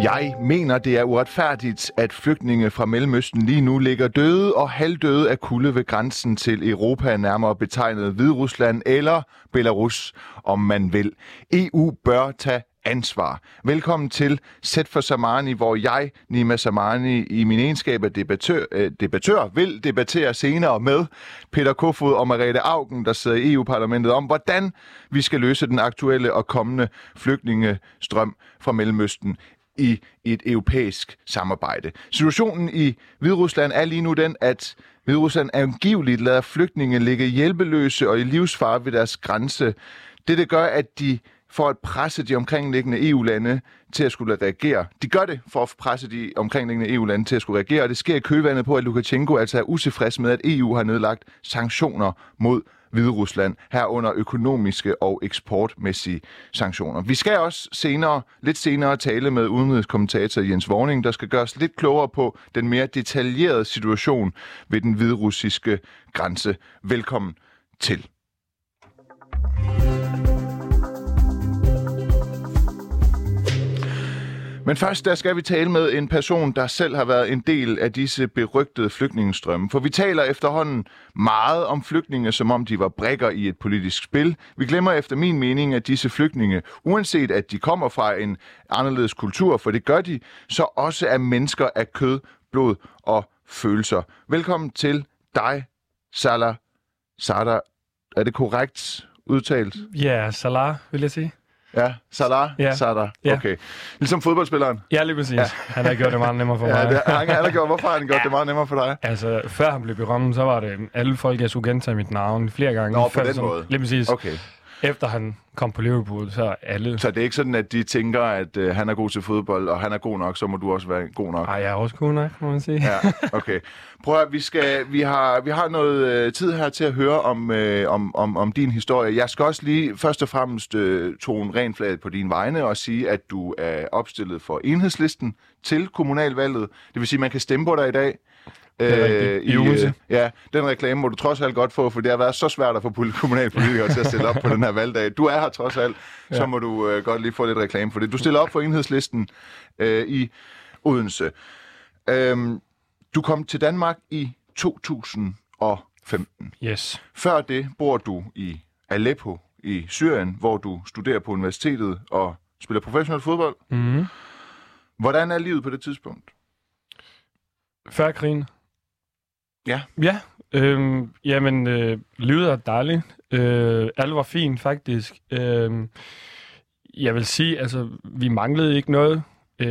Jeg mener, det er uretfærdigt, at flygtninge fra Mellemøsten lige nu ligger døde og halvdøde af kulde ved grænsen til Europa, nærmere betegnet Hviderusland eller Belarus, om man vil. EU bør tage ansvar. Velkommen til Sæt for Samani, hvor jeg, Nima Samani, i min egenskab af debattør, vil debattere senere med Peter Kofod og Merete Auken, der sidder i EU-parlamentet, om hvordan vi skal løse den aktuelle og kommende flygtningestrøm fra Mellemøsten i et europæisk samarbejde. Situationen i Hviderusland er lige nu den, at Hviderusland angiveligt lader flygtninge ligge hjælpeløse og i livsfare ved deres grænse. Det gør, at de for at presse de omkringliggende EU-lande til at skulle reagere. De gør det for at presse de omkringliggende EU-lande til at skulle reagere, og det sker i kølvandet på, at Lukashenko altså er utilfreds med, at EU har nedlagt sanktioner mod Hviderusland, herunder økonomiske og eksportmæssige sanktioner. Vi skal også lidt senere tale med udenrigskommentator Jens Worning, der skal gøre os lidt klogere på den mere detaljerede situation ved den hviderussiske grænse. Velkommen til. Men først der skal vi tale med en person, der selv har været en del af disse berygtede flygtningestrømme. For vi taler efterhånden meget om flygtninge, som om de var brikker i et politisk spil. Vi glemmer efter min mening, at disse flygtninge, uanset at de kommer fra en anderledes kultur, for det gør de, så også er mennesker af kød, blod og følelser. Velkommen til dig, Salah Sadar. Er det korrekt udtalt? Ja, Salah, vil jeg sige. Ja, Salah, ja. Sadar. Ja. Okay. Ligesom fodboldspilleren? Ja, lige præcis. Ja. Han har gjort det meget nemmere for mig. Han har gjort. Hvorfor har han gjort det meget nemmere for dig? Altså, før han blev berømmet, så var det alle folk, jeg skulle gentage mit navn flere gange. Nå, på den måde. Lige præcis. Okay. Efter han kom på Liverpool, så alle... Så det er ikke sådan, at de tænker, at han er god til fodbold, og han er god nok, så må du også være god nok? Nej, jeg er også god nok, må man sige. Ja, okay. Prøv at vi har noget tid her til at høre om din historie. Jeg skal også lige først og fremmest tone rent flaget på dine vegne og sige, at du er opstillet for Enhedslisten til kommunalvalget. Det vil sige, at man kan stemme på dig i dag. Ja, den reklame må du trods alt godt få, for det har været så svært at få kommunalpolitikere til at stille op på den her valgdag. Du er her trods alt, så må du godt lige få lidt reklame for det. Du stiller op for Enhedslisten i Odense. Du kom til Danmark i 2015. Yes. Før det bor du i Aleppo i Syrien, hvor du studerer på universitetet og spiller professionel fodbold. Mm-hmm. Hvordan er livet på det tidspunkt? Før krigen? Ja. Ja, livet er dejligt. Alt var fint, faktisk. Jeg vil sige, altså, vi manglede ikke noget.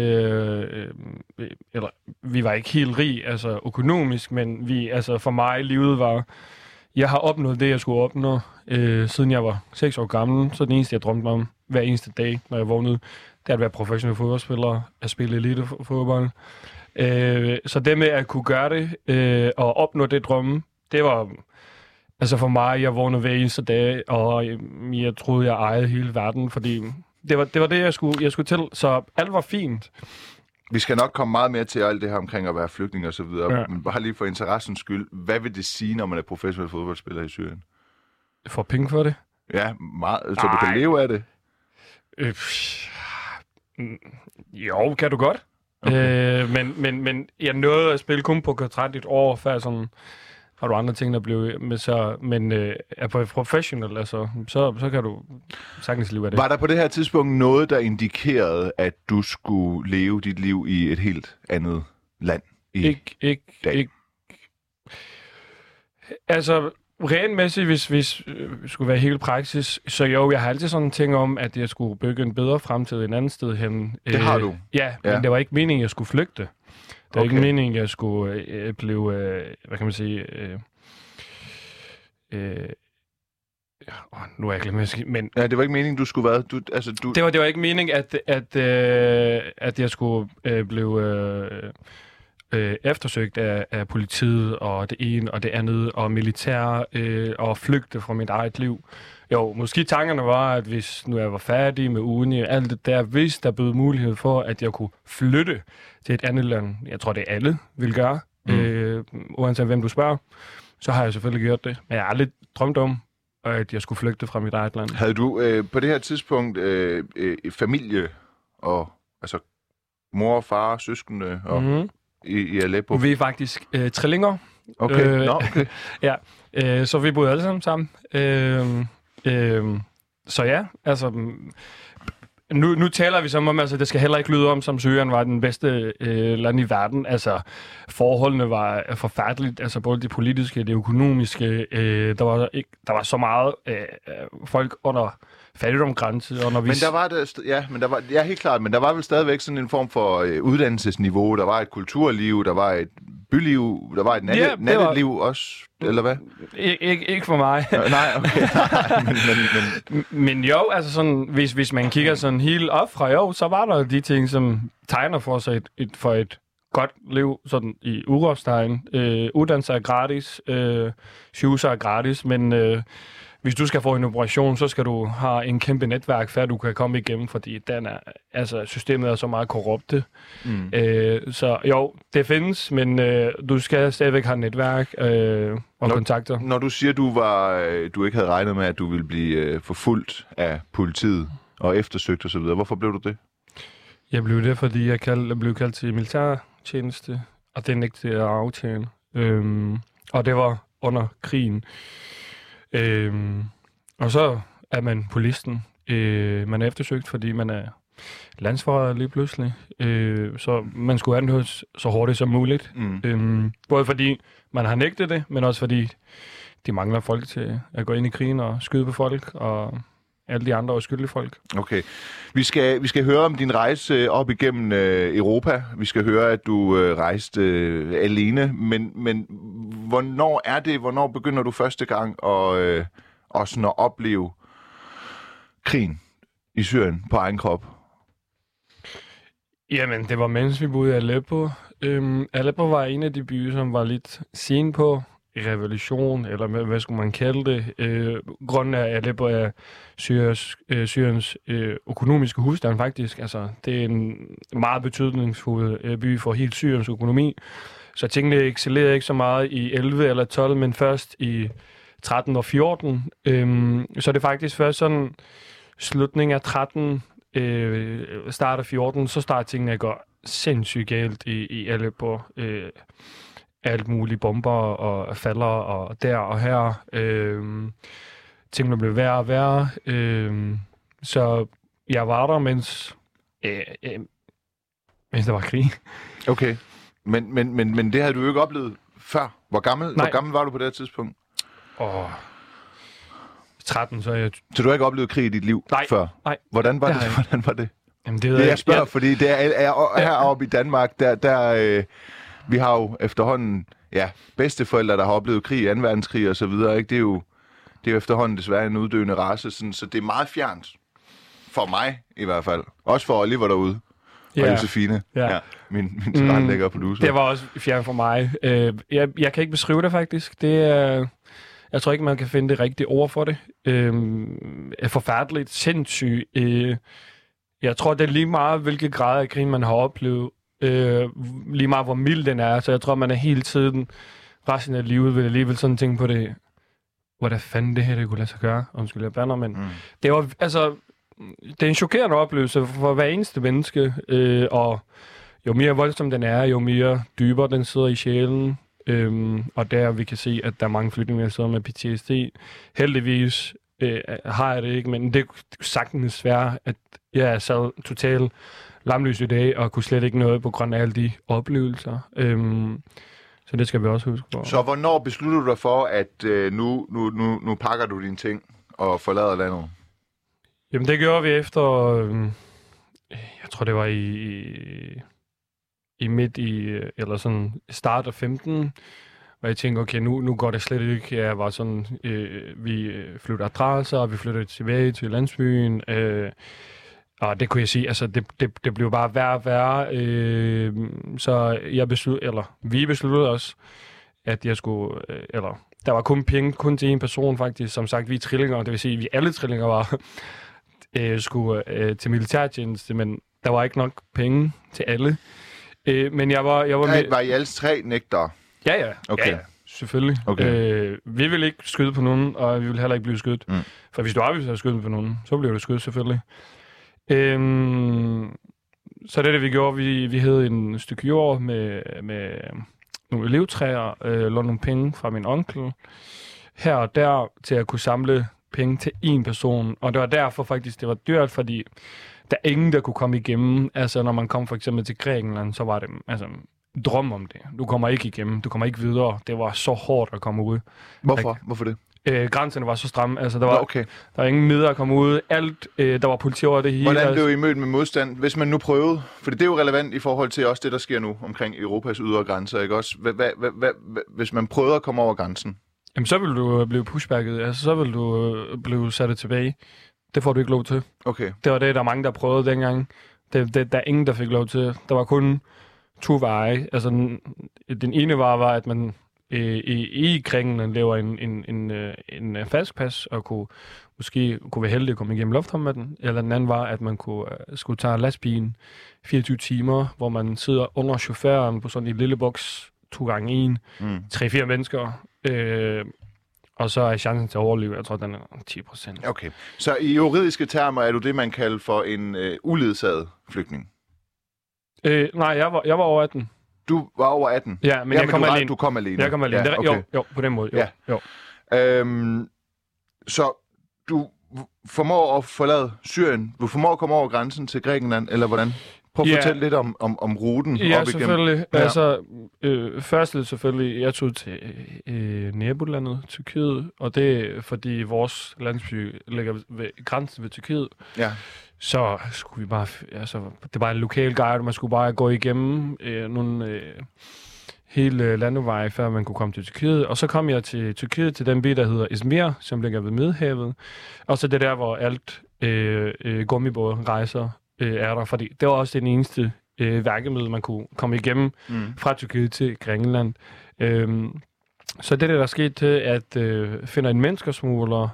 Eller, vi var ikke helt rig, altså økonomisk, men for mig, livet var... Jeg har opnået det, jeg skulle opnå, siden jeg var 6 år gammel. Så det eneste, jeg drømte om hver eneste dag, når jeg vågnede, det er at være professionel fodboldspiller, at spille elitefodbold. Så det med at kunne gøre det og opnå det drømme, det var altså for mig, jeg vågnede hver eneste dag, og jeg troede, jeg ejede hele verden, fordi det var det, jeg skulle til. Så alt var fint. Vi skal nok komme meget mere til alt det her omkring at være flygtning og så videre, ja. Men bare lige for interessens skyld, hvad vil det sige, når man er professionel fodboldspiller i Syrien? Får penge for det? Ja, meget, så du kan leve af det? Jo, kan du godt. Okay. Men jeg nåede at spille kun på kontrakt et år, før sådan har du andre ting, der blev med så... Men er på professional, altså, så kan du sagtens leve af det. Var der på det her tidspunkt noget, der indikerede, at du skulle leve dit liv i et helt andet land i dag? Ikke. Altså, regelmæssigt, hvis vi skulle være helt praksis, så jo, jeg har altid sådan en ting om, at jeg skulle bygge en bedre fremtid et andet sted hen. Det har du? Ja, men det var ikke meningen, at jeg skulle flygte. Det var ikke meningen, at jeg skulle blive, hvad kan man sige... nu er jeg glemt, men... Ja, det var ikke meningen, du skulle være... Det var ikke meningen, at jeg skulle blive... eftersøgt af politiet og det ene og det andet og militær og flygte fra mit eget liv. Jo, måske tankerne var, at hvis nu jeg var færdig med uni og alt det der, hvis der blev mulighed for, at jeg kunne flytte til et andet land, jeg tror det alle vil gøre, uanset hvem du spørger, så har jeg selvfølgelig gjort det. Men jeg har aldrig drømt om, at jeg skulle flygte fra mit eget land. Havde du på det her tidspunkt familie og altså mor, far, søskende og i Aleppo? Vi er faktisk trillinger. Okay, okay. Ja, så vi boede alle sammen. Så ja, altså... Nu taler vi som om, altså det skal heller ikke lyde om, som Syrien var den bedste land i verden. Altså forholdene var forfærdeligt, altså både det politiske, det økonomiske. Der var så meget folk under fattigdomsgrænse. Men der var det, helt klart, men der var vel stadigvæk sådan en form for uddannelsesniveau. Der var et kulturliv, der var et byliv, der var et natteliv også, eller hvad? Ikke for mig. Nej, okay. Men jo, altså sådan, hvis man kigger sådan helt op fra så var der de ting, som tegner for sig for et godt liv, sådan i udråbstegn. Uddannelse er gratis, sygehus er gratis, men hvis du skal få en operation, så skal du have en kæmpe netværk, før du kan komme igennem, fordi systemet er så meget korrupte. Så jo, det findes, men du skal stadigvæk have netværk og kontakter. Når du siger, du ikke havde regnet med, at du ville blive forfulgt af politiet og eftersøgt osv., hvorfor blev du det? Jeg blev det, fordi jeg blev kaldt til militærtjeneste, og det nægtede jeg at aftale. Og det var under krigen. Og så er man på listen. Man er eftersøgt, fordi man er landsforræder lige pludselig. Så man skulle anhøres så hurtigt som muligt. Både fordi man har nægtet det, men også fordi de mangler folk til at gå ind i krigen og skyde på folk, og alle de andre uskyldige folk. Okay. Vi skal høre om din rejse op igennem Europa. Vi skal høre, at du rejste alene. Men hvornår begynder du første gang at opleve krigen i Syrien på egen krop? Jamen, det var mens vi boede i Aleppo. Aleppo var en af de byer, som var lidt sen på revolution, eller hvad skulle man kalde det. Grunden af Aleppo er Syriens økonomiske husstand faktisk. Altså, det er en meget betydningsfuld by for hele Syriens økonomi. Så tingene excellerede ikke så meget i 11 eller 12, men først i 13 og 14. Så det er faktisk først sådan slutningen af 13, start af 14, så starter tingene at gå sindssygt galt i Aleppo. Alt mulige bomber og falder og der og her. Tingene blev værre og værre. Så jeg var der, mens der var krig. Okay. Men det havde du jo ikke oplevet før. Hvor gammel var du på det tidspunkt? 13, så er jeg... Så du har ikke oplevet krig i dit liv før? Nej. Hvordan var det? Jamen, det ved jeg spørger, fordi det er heroppe i Danmark, der vi har jo efterhånden bedsteforældre, der har oplevet krig, 2. verdenskrig og så videre. Ikke? Det er jo efterhånden desværre en uddøende race, sådan, så det er meget fjernt. For mig i hvert fald. Også for Oliver derude. Og Josefine, min tilrettelægger og producer. Det var også fjernt for mig. Jeg kan ikke beskrive det faktisk. Jeg tror ikke, man kan finde det rigtige ord for det. Forfærdeligt, sindssygt. Jeg tror, det er lige meget, hvilke grader af krig man har oplevet. Lige meget, hvor mild den er. Så jeg tror, man er hele tiden, resten af livet, vil alligevel sådan tænke på det. Hvordan fanden det her, det kunne lade sig gøre? Undskyld, jeg bander, men det var, altså, det er en chokerende oplevelse for hver eneste menneske. Og jo mere voldsom den er, jo mere dybere den sidder i sjælen. Og der vi kan se, at der er mange flygtninge, der sidder med PTSD. Heldigvis har jeg det ikke, men det er sagtens være, at jeg er så totalt lamløs i dag, og kunne slet ikke noget på grund af alle de oplevelser. Så det skal vi også huske på. Så hvornår beslutter du dig for, at nu pakker du dine ting og forlader landet? Jamen det gjorde vi efter, jeg tror det var i midt i, eller sådan start af 15, hvor jeg tænkte, okay, nu går det slet ikke. Jeg var sådan, vi flytter adresser, og vi flytter tilbage til landsbyen, og det kunne jeg sige, altså det blev bare værre og værre, så vi besluttede os, at jeg skulle, der var kun til en person faktisk, som sagt, vi er trillinger, det vil sige, vi alle trillinger var, skulle til militærtjeneste, men der var ikke nok penge til alle. Men jeg var I alle 3 nægtere? Ja. Okay. Ja, selvfølgelig. Okay. Vi vil ikke skyde på nogen, og vi vil heller ikke blive skudt. For hvis du afviser at skyde på nogen, så bliver du skudt selvfølgelig. Så det vi gjorde. Vi havde en stykke jord med nogle elevtræer, lånede nogle penge fra min onkel her og der, til at kunne samle penge til én person. Og det var derfor faktisk, det var dyrt, fordi der er ingen, der kunne komme igennem. Altså, når man kom for eksempel til Grækenland, så var det drøm om det. Du kommer ikke igennem, du kommer ikke videre. Det var så hårdt at komme ud. Hvorfor det? Grænserne var så stramme. Altså, der var, okay. Der var ingen midler at komme ud. Alt, der var politi over det hele. Hvordan blev I mødt med modstand, hvis man nu prøvede? For det er jo relevant i forhold til også det, der sker nu omkring Europas ydre grænser, ikke også? Hvis man prøvede at komme over grænsen? Jamen, så vil du blive pushbacket. Altså, så vil du blive sat tilbage. Det får du ikke lov til. Okay. Det var det, der er mange, der prøvede dengang. Der er ingen, der fik lov til. Der var kun 2 veje. Altså, den ene var, at man i Grækenland laver en fastpas, og måske kunne være heldig at komme igennem lufthavnen med den. Eller den anden var, at man skulle tage lastbilen 24 timer, hvor man sidder under chaufføren på sådan en lille boks, 2x1, 3-4 mennesker. Og så er chancen til at overleve, jeg tror, den er 10%. Okay. Så i juridiske termer er du det, man kalder for en uledsaget flygtning? Nej, jeg var over 18. Du var over 18? Ja, men jeg kom alene. Du kom alene? Jeg kom alene. Ja, okay. Jo, på den måde. Jo. Ja. Jo. Så du formår at forlade Syrien? Du formår at komme over grænsen til Grækenland, eller hvordan? Prøv at fortælle lidt om ruten op igennem. Ja, selvfølgelig. Ja. Altså, først selvfølgelig, jeg tog til nabolandet, Tyrkiet, og det er fordi vores landsby ligger ved grænsen ved Tyrkiet. Ja. Så skulle vi bare, det var en lokal guide, man skulle bare gå igennem nogle hele landeveje, før man kunne komme til Tyrkiet. Og så kom jeg til Tyrkiet, til den by, der hedder Izmir, som ligger ved Middelhavet. Og så det der, hvor alt gummibåde rejser er der, fordi det var også den eneste værkemiddel, man kunne komme igennem fra Tyrkiet til Grækenland. Så det der skete til, at finder en menneskesmugler,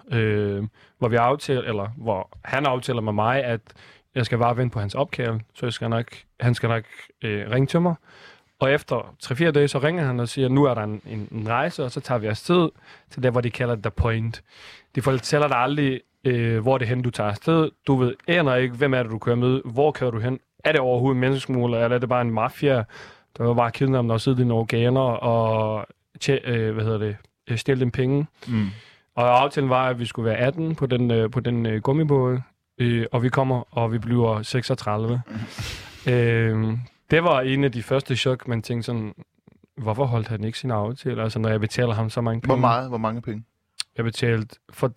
hvor han aftaler med mig, at jeg skal bare vente på hans opkald, så han skal nok ringe til mig. Og efter 3-4 dage, så ringer han og siger, nu er der en rejse, og så tager vi afsted til der, hvor de kalder The Point. De fortæller dig aldrig, hvor det er hen, du tager afsted. Du aner ikke, hvem er det, du kører med, hvor kører du hen. Er det overhovedet en menneskesmugler, eller er det bare en mafia, der var bare kidnappet og sidder dine organer og stjæle dem penge. Og aftalen var, at vi skulle være 18 på den gummibåd, og vi kommer, og vi bliver 36. Det var en af de første chok, man tænkte sådan, hvorfor holdt han ikke sin aftale? Altså, når jeg betaler ham så mange penge. Hvor mange penge? Jeg betalte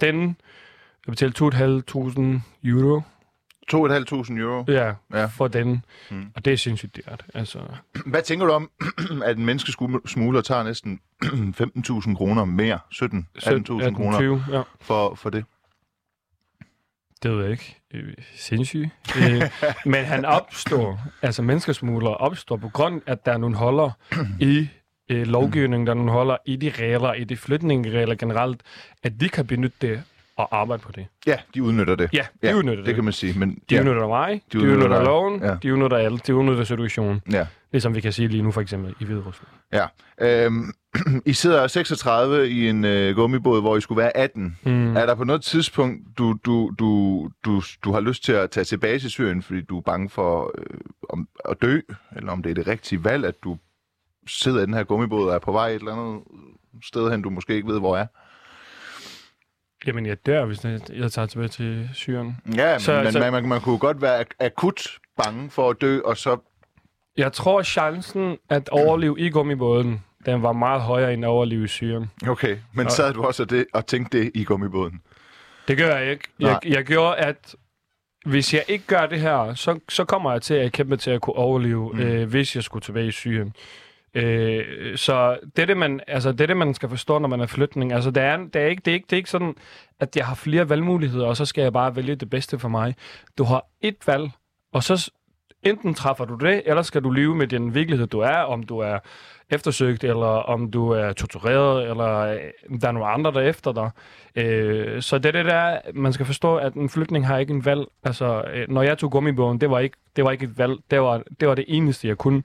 2.500 euro. 2.500 euro? Ja, for den. Og det er sindssygt dyrt. Altså. Hvad tænker du om, at en menneskesmugler tager næsten 15.000 kroner mere? 17.000 kroner for det? Det ved jeg ikke. Sindssygt. Men han menneskesmugler opstår på grund af, at der er nogle holder i lovgivningen, der er nogle holder i de regler, i de flytningeregler generelt, at de kan benytte det og arbejde på det. Ja, de udnytter det. Ja, de udnytter det. Det kan man sige. Men, de udnytter mig, de udnytter loven, de udnytter alt, de udnytter situationen. Ja. Det som vi kan sige lige nu for eksempel i Hviderusland. Ja. I sidder 36 i en gummibåd, hvor I skulle være 18. Er der på noget tidspunkt, du har lyst til at tage tilbage til Syrien, fordi du er bange for at dø? Eller om det er det rigtige valg, at du sidder i den her gummibåd og er på vej et eller andet sted hen, du måske ikke ved, hvor er? Jamen, jeg dør, hvis jeg tager tilbage til Syrien. Ja, men man kunne godt være akut bange for at dø, og så... Jeg tror, chancen at overleve i gummibåden, den var meget højere end at overleve i Syrien. Okay, men sad du også og tænkte det i gummibåden? Det gør jeg ikke. Jeg gjorde, at hvis jeg ikke gør det her, så kommer jeg til at kæmpe til at kunne overleve, hvis jeg skulle tilbage i Syrien. Så det er det, man skal forstå, når man er flygtning. Altså, det er ikke sådan, at jeg har flere valgmuligheder, og så skal jeg bare vælge det bedste for mig. Du har et valg, og så enten træffer du det, eller skal du leve med den virkelighed, du er, om du er eftersøgt, eller om du er tortureret, eller der er nogle andre, der er efter dig. Så det er det der, man skal forstå, at en flygtning har ikke en valg. Altså, når jeg tog gummibåden, det var ikke et valg. Det var det eneste, jeg kunne.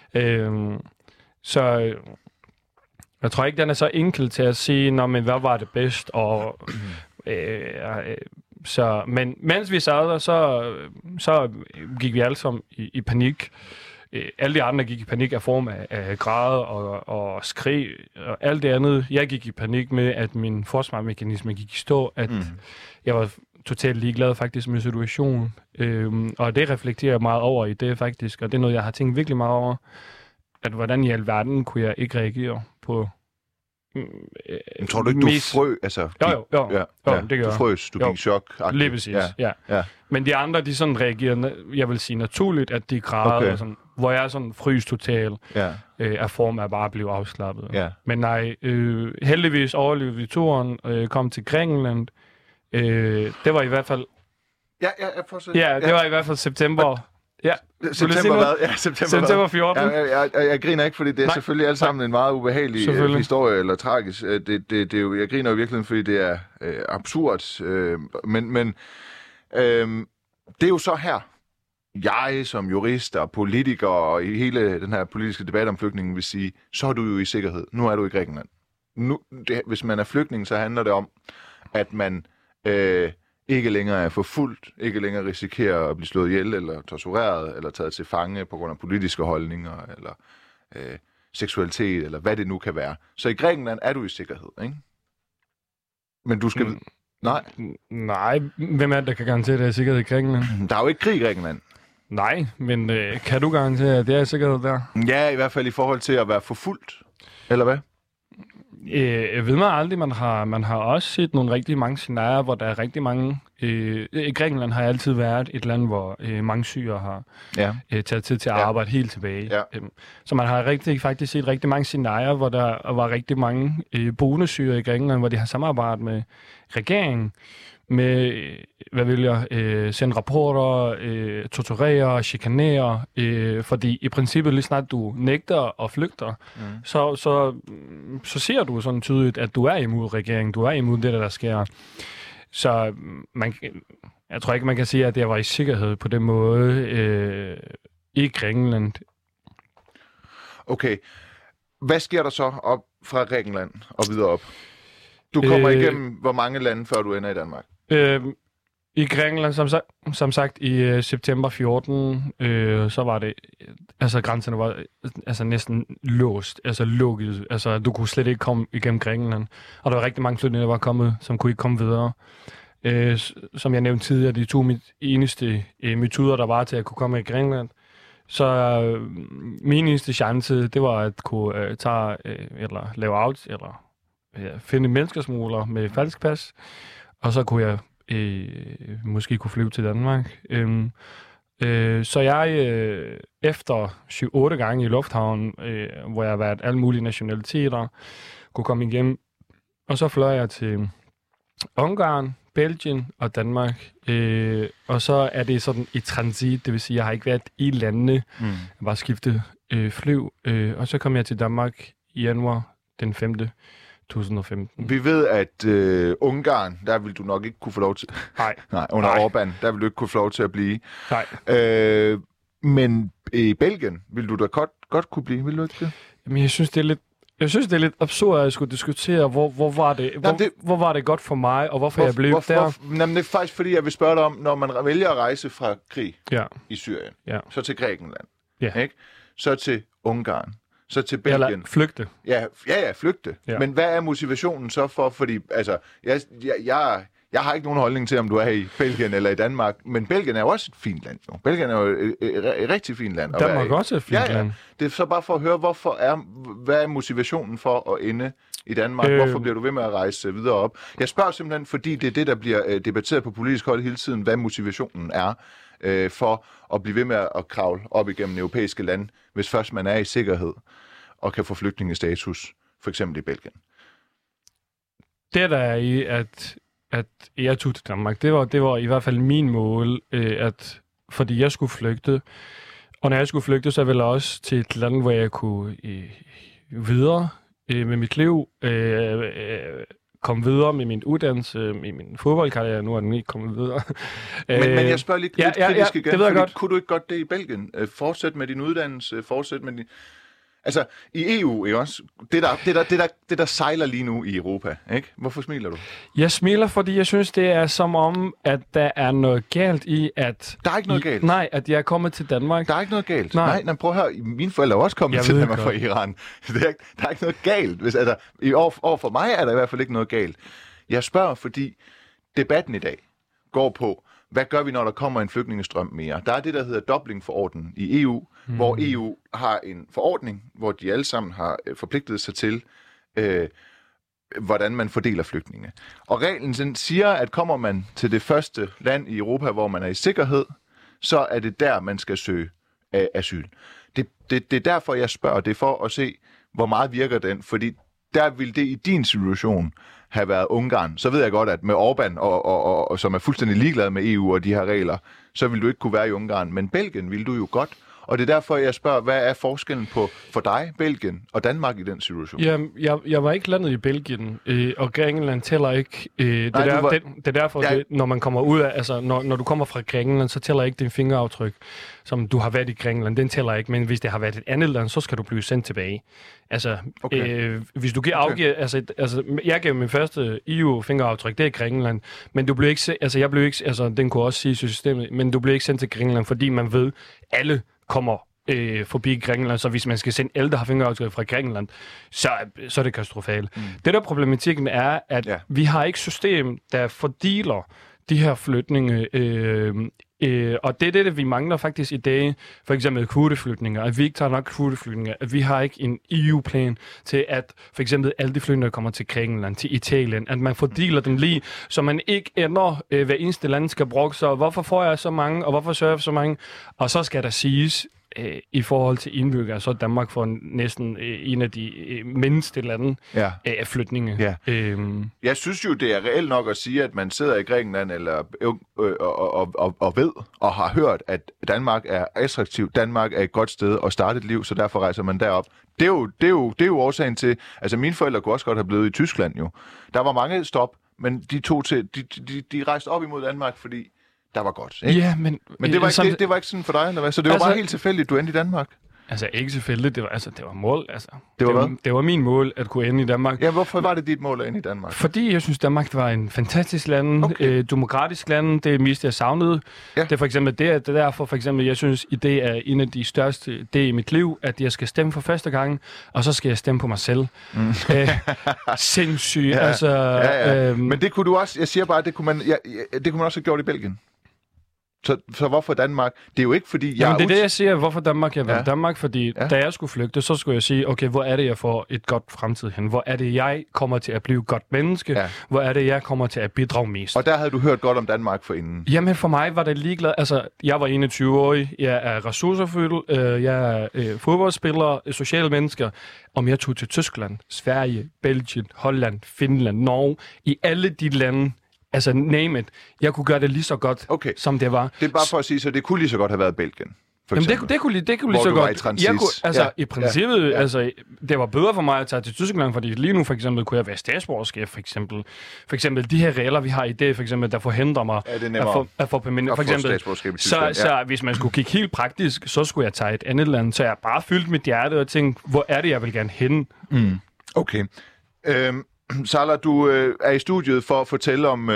Så jeg tror ikke, den er så enkel til at sige, men hvad var det bedst, og Men mens vi sad der, så gik vi alle sammen i panik. Alle de andre gik i panik af form af græd og skrig og alt det andet. Jeg gik i panik med, at min forsvarsmekanisme gik i stå, at jeg var totalt ligeglad faktisk med situationen. Og det reflekterer jeg meget over i det faktisk, og det er noget, jeg har tænkt virkelig meget over, at hvordan i alverden kunne jeg ikke reagere på... tror du ikke, du frø? Altså, jo, det gør du frøs, du gik i chok. Lige præcis, ja. Men de andre, de sådan reagerer, jeg vil sige naturligt, at de græder, sådan, hvor jeg er sådan frys total af form af bare at blive afslappet. Ja. Men nej, heldigvis overlevede vi turen, kom til Grækenland. Det var i hvert fald... det var i hvert fald september... Ja, september hvad? Ja, september 14. Jeg griner ikke, fordi det er selvfølgelig alt sammen en meget ubehagelig historie, eller tragisk. Det er jo, jeg griner jo virkelig, fordi det er absurd. Men det er jo så her, jeg som jurist og politiker og i hele den her politiske debat om flygtningen vil sige, så er du jo i sikkerhed. Nu er du i Grækenland. Hvis man er flygtning, så handler det om, at man... ikke længere er forfulgt, ikke længere risikerer at blive slået ihjel, eller tortureret, eller taget til fange på grund af politiske holdninger, eller seksualitet, eller hvad det nu kan være. Så i Grækenland er du i sikkerhed, ikke? Men du skal... Nej, hvem er det, der kan garantere, at det er sikkerhed i Grækenland? Der er jo ikke krig i Grækenland. Nej, men kan du garantere, at det er sikkerhed der? Ja, i hvert fald i forhold til at være forfulgt, eller hvad? Jeg ved mig aldrig, man har også set nogle rigtig mange scenarier, hvor der er rigtig mange... Grækenland har altid været et land, hvor mange syre har taget tid til at arbejde helt tilbage. Ja. Så man har faktisk set rigtig mange scenarier, hvor der var rigtig mange bonesyre i Grækenland, hvor de har samarbejdet med regeringen, med, sende rapporter, torturere, chikanere, fordi i princippet lige snart du nægter og flygter, så ser du sådan tydeligt, at du er imod regeringen, du er imod det, der sker. Så jeg tror ikke, man kan sige, at jeg var i sikkerhed på den måde i Grækenland. Okay. Hvad sker der så op fra Grækenland og videre op? Du kommer igennem hvor mange lande, før du ender i Danmark? I Grækenland, som sagt, i september 14, så var det, altså grænserne var næsten låst, lukket. Du kunne slet ikke komme igennem Grækenland. Og der var rigtig mange flygtninge, der var kommet, som kunne ikke komme videre. Som jeg nævnte tidligere, de to eneste metoder, der var til at kunne komme i Grækenland. Så min eneste chance, det var at kunne tage, eller lave out, eller finde menneskesmugler med falsk pas. Og så kunne jeg måske kunne flyve til Danmark. Så jeg efter 7-8 gange i lufthavnen, hvor jeg har været alle mulige nationaliteter, kunne komme igennem. Og så fløj jeg til Ungarn, Belgien og Danmark. Og så er det sådan et transit, det vil sige, at jeg har ikke været i landene. Jeg bare skiftet flyv. Og så kom jeg til Danmark i januar den 5. 2015. Vi ved, at Ungarn, der vil du nok ikke kunne få lov til... Nej, under Orbán, der vil du ikke kunne få lov til at blive. Nej. Men i Belgien vil du da godt kunne blive, vil du ikke det? Jamen, jeg synes, det er lidt absurd, at jeg skulle diskutere, hvor var det godt for mig, og hvorfor jeg blev der. Jamen, det er faktisk fordi, jeg vil spørge dig om, når man vælger at rejse fra krig i Syrien, så til Grækenland, ikke? Så til Ungarn, så til Belgien. Eller flygte. Ja, flygte. Ja. Men hvad er motivationen så for? Fordi, altså, jeg har ikke nogen holdning til, om du er i Belgien eller i Danmark, men Belgien er jo også et fint land. Jo. Belgien er jo et rigtig fint land. Danmark er også et fint land. Det er så bare for at høre, hvad er motivationen for at ende i Danmark? Hvorfor bliver du ved med at rejse videre op? Jeg spørger simpelthen, fordi det er det, der bliver debatteret på politisk hold hele tiden, hvad motivationen er for at blive ved med at kravle op igennem europæiske lande, hvis først man er i sikkerhed og kan få flygtningestatus, for eksempel i Belgien. Det der er i, at jeg tog til Danmark, det var i hvert fald min mål, fordi jeg skulle flygte. Og når jeg skulle flygte, så ville jeg også til et land, hvor jeg kunne videre med mit liv, komme videre med min uddannelse, med min fodboldkarriere. Nu er den ikke kommet videre. Men jeg spørger lidt kritisk igen, det ved jeg godt. Kunne du ikke godt det i Belgien? Fortsæt med din uddannelse, fortsæt med din... Altså, i EU, ikke også? Det der sejler lige nu i Europa, ikke? Hvorfor smiler du? Jeg smiler, fordi jeg synes, det er som om, at der er noget galt i, at... Der er ikke noget galt? Nej, at jeg er kommet til Danmark. Der er ikke noget galt? Nej, prøv at høre. Mine forældre er også kommet til Danmark fra Iran. Der er ikke noget galt. Over for mig er der i hvert fald ikke noget galt. Jeg spørger, fordi debatten i dag går på, hvad gør vi, når der kommer en flygtningestrøm mere? Der er det, der hedder Dublin-forordningen i EU, hvor EU har en forordning, hvor de alle sammen har forpligtet sig til, hvordan man fordeler flygtninge. Og reglen siger, at kommer man til det første land i Europa, hvor man er i sikkerhed, så er det der, man skal søge asyl. Det er derfor, jeg spørger. Det er for at se, hvor meget virker den. Fordi der vil det i din situation have været Ungarn. Så ved jeg godt, at med Orbán, og som er fuldstændig ligeglad med EU og de her regler, så vil du ikke kunne være i Ungarn. Men Belgien vil du jo godt. Og det er derfor, jeg spørger, hvad er forskellen på for dig, Belgien og Danmark i den situation? Jamen, jeg var ikke landet i Belgien, og Grækenland tæller ikke. Det er derfor, når man kommer ud af, altså når du kommer fra Grækenland, så tæller ikke din fingeraftryk, som du har været i Grækenland. Den tæller ikke, men hvis det har været et andet land, så skal du blive sendt tilbage. Altså, hvis du afgiver, altså, jeg gav min første EU-fingeraftryk, det er Grækenland, men du blev ikke, jeg blev ikke, altså, den kunne også sige systemet, men du blev ikke sendt til Grækenland, fordi man ved, alle kommer forbi Grækenland, så hvis man skal sende alle, der har fingeraftryk fra Grækenland, så er det katastrofalt. Det der problematikken er, at vi har ikke system, der fordeler de her flytninge, og det er det, vi mangler faktisk i dag, for eksempel kvoteflytninger, at vi ikke tager nok kvoteflytninger, at vi har ikke en EU-plan til, at for eksempel alle de flytninger kommer til Grækenland, til Italien, at man fordeler dem lige, så man ikke ender, hver eneste land skal bruge, så hvorfor får jeg så mange, og hvorfor sørger jeg så mange, og så skal der siges, i forhold til indbyggere, så er Danmark for næsten en af de mindste lande af flytninge. Ja. Jeg synes jo, det er reelt nok at sige, at man sidder i Grækenland eller, og ved og har hørt, at Danmark er attraktivt. Danmark er et godt sted at starte et liv, så derfor rejser man derop. Det er jo årsagen til, altså mine forældre kunne også godt have blevet i Tyskland jo. Der var mange stop, men de rejste op imod Danmark, fordi der var godt, ikke? Ja, men det var ikke sådan for dig, eller hvad? Så det var bare helt tilfældigt, du endte i Danmark? Altså, ikke tilfældigt. Det var mål, altså. Det var min mål, at kunne ende i Danmark. Ja, hvorfor var det dit mål at ende i Danmark? Fordi jeg synes, Danmark var en fantastisk land, demokratisk land. Det er mest, jeg savnede. Ja. Det er for eksempel det er derfor, for eksempel, jeg synes, at det er en af de største det i mit liv, at jeg skal stemme for første gang, og så skal jeg stemme på mig selv. Sindssygt, altså. Ja. Men det kunne du også, jeg siger bare, det kunne man også have gjort i Belgien. Så hvorfor Danmark? Det er jo ikke fordi... det er det, jeg siger, hvorfor Danmark. Jeg valgte Danmark, fordi da jeg skulle flygte, så skulle jeg sige, okay, hvor er det, jeg får et godt fremtid hen? Hvor er det, jeg kommer til at blive et godt menneske? Ja. Hvor er det, jeg kommer til at bidrage mest? Og der havde du hørt godt om Danmark forinden? Jamen, for mig var det ligeglad. Altså, jeg var 21-årig, jeg er ressourcefuld, jeg er fodboldspiller, social mennesker. Om jeg tog til Tyskland, Sverige, Belgien, Holland, Finland, Norge, i alle de lande, altså, name it. Jeg kunne gøre det lige så godt, som det var. Det er bare for at sige, så det kunne lige så godt have været Belgien. Jamen, det kunne lige så godt. I princippet, altså, det var bedre for mig at tage til Tyskland, fordi lige nu, for eksempel, kunne jeg være statsborgerskab, for eksempel de her regler, vi har i dag, for eksempel, der forhindrer mig at få permanent. For eksempel, så hvis man skulle kigge helt praktisk, så skulle jeg tage et andet land. Så jeg bare fyldt mit hjerte og tænkte, hvor er det, jeg vil gerne hen? Okay. Salah, du er i studiet for at fortælle om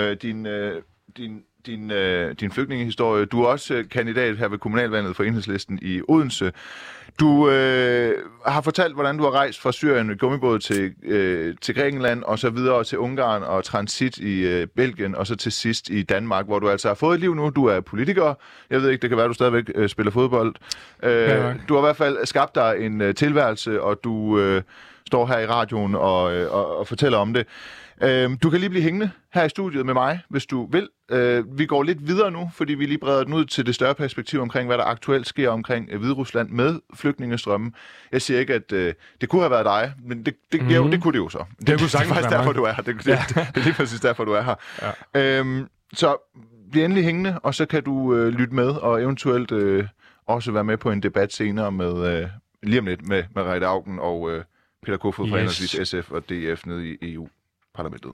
din flygtningehistorie. Du er også kandidat her ved kommunalvalget for Enhedslisten i Odense. Du har fortalt, hvordan du har rejst fra Syrien med gummibåd til Grækenland, og så videre til Ungarn og transit i Belgien, og så til sidst i Danmark, hvor du altså har fået et liv nu. Du er politiker. Jeg ved ikke, det kan være, du stadigvæk spiller fodbold. Du har i hvert fald skabt dig en tilværelse, og du står her i radioen og fortæller om det. Du kan lige blive hængende her i studiet med mig, hvis du vil. Vi går lidt videre nu, fordi vi lige breder den ud til det større perspektiv omkring, hvad der aktuelt sker omkring Hviderusland med flygtningestrømmen. Jeg siger ikke, at det kunne have været dig, men det kunne det jo så. Det er faktisk derfor, du er her. Det er lige præcis derfor, du er her. Ja. Så bliv endelig hængende, og så kan du lytte med, og eventuelt også være med på en debat senere med lige om lidt med Merete Auken og Peter Kofod fra henholdsvis SF og DF nede i EU-parlamentet.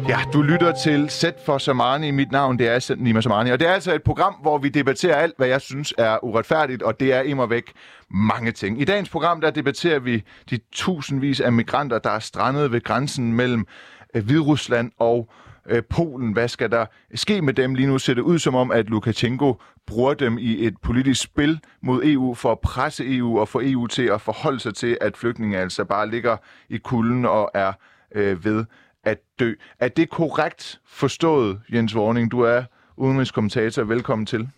Ja, du lytter til Sæt for Samani. Mit navn det er Nima Samani, og det er altså et program, hvor vi debatterer alt, hvad jeg synes er uretfærdigt, og det er immervæk mange ting. I dagens program, der debatterer vi de tusindvis af migranter, der er strandet ved grænsen mellem Hviderusland og Polen. Hvad skal der ske med dem? Lige nu ser det ud som om, at Lukasjenko bruger dem i et politisk spil mod EU for at presse EU og få EU til at forholde sig til, at flygtninge altså bare ligger i kulden og er ved at dø. Er det korrekt forstået, Jens Worning? Du er udenrigskommentator. Velkommen til.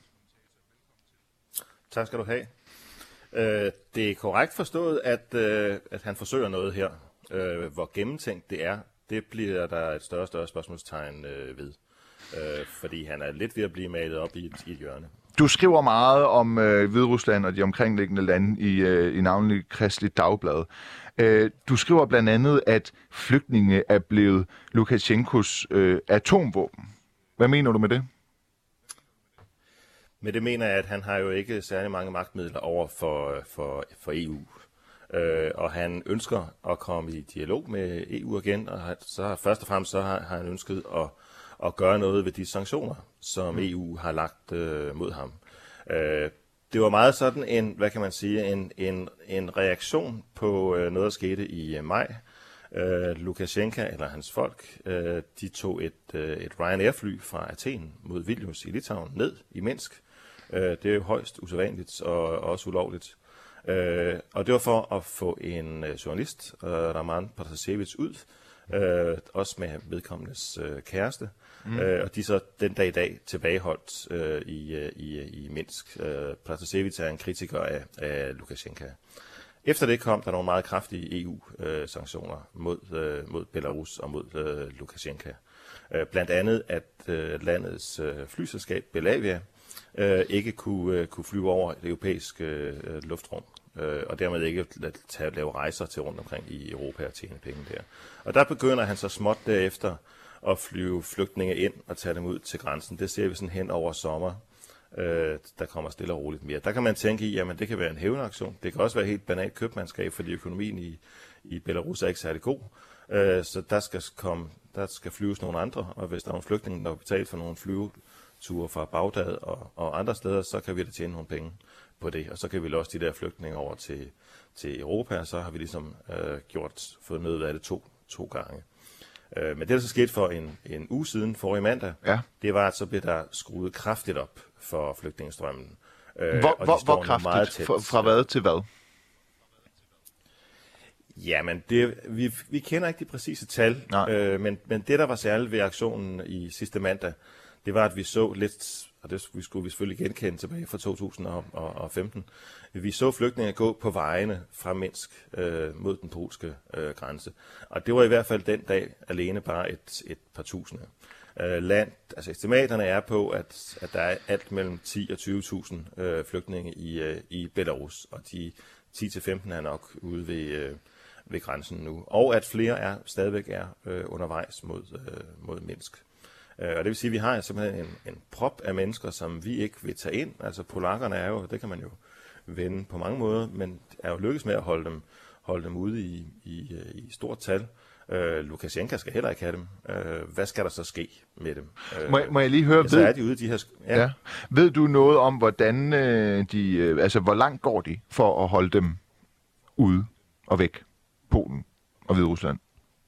Tak skal du have. Det er korrekt forstået, at han forsøger noget her. Hvor gennemtænkt det er, det bliver der et større og større spørgsmålstegn ved. Fordi han er lidt ved at blive malet op i et hjørne. Du skriver meget om Hviderusland og de omkringliggende lande i navnlig Kristeligt Dagblad. Du skriver blandt andet, at flygtninge er blevet Lukasjenkos atomvåben. Hvad mener du med det? Med det mener jeg, at han har jo ikke særlig mange magtmidler over for EU. Og han ønsker at komme i dialog med EU igen, og så først og fremmest så har han ønsket at gøre noget ved de sanktioner, som EU har lagt mod ham. Det var meget sådan en reaktion på noget, der skete i maj. Lukasjenko eller hans folk, de tog et Ryanair-fly fra Athen mod Vilnius i Litauen ned i Minsk. Det er jo højst usædvanligt og også ulovligt. Og det var for at få en journalist, Roman Protasevich, ud, også med vedkommendes kæreste. Og de er så den dag i dag tilbageholdt i Minsk. Protasevich er en kritiker af Lukasjenko. Efter det kom der nogle meget kraftige EU-sanktioner mod Belarus og mod Lukasjenko. Blandt andet, at landets flyselskab Belavia ikke kunne flyve over det europæiske luftrum, og dermed ikke lave rejser til rundt omkring i Europa og tjene penge der. Og der begynder han så småt derefter at flyve flygtninge ind og tage dem ud til grænsen. Det ser vi sådan hen over sommer. Der kommer stille og roligt mere. Der kan man tænke i, jamen det kan være en hævnaktion. Det kan også være helt banalt købmandskab, fordi økonomien i Belarus er ikke særlig god. Så der skal flyves nogle andre, og hvis der er nogle flygtninge, der har betalt for nogle flyveture fra Bagdad og andre steder, så kan vi da tjene nogle penge på det. Og så kan vi låse de der flygtninge over til Europa, og så har vi ligesom fået noget af det to gange. Men det, der så skete for en uge siden, forrige mandag, det var, at så blev der skruet kraftigt op for flygtningestrømmen. Hvor kraftigt? Fra hvad til hvad? Jamen, vi kender ikke de præcise tal, men det, der var særligt ved aktionen i sidste mandag, det var, at vi så lidt, og det skulle vi selvfølgelig genkende tilbage fra 2015, vi så flygtninge gå på vejene fra Minsk mod den polske grænse. Og det var i hvert fald den dag alene bare et par tusinde. Estimaterne er på, at der er alt mellem 10 og 20.000 flygtninge i Belarus, og de 10-15 er nok ude ved grænsen nu. Og at flere stadigvæk er undervejs mod Minsk. Og det vil sige, at vi har simpelthen en prop af mennesker, som vi ikke vil tage ind. Altså polakkerne er jo, det kan man jo vende på mange måder, men er jo lykkes med at holde dem ude i stort tal. Lukasjenko skal heller ikke have dem. Hvad skal der så ske med dem? Må jeg lige høre, så er de ude de her... Ja. Ved du noget om, hvordan hvor langt går de for at holde dem ude og væk? Polen og Hviderusland?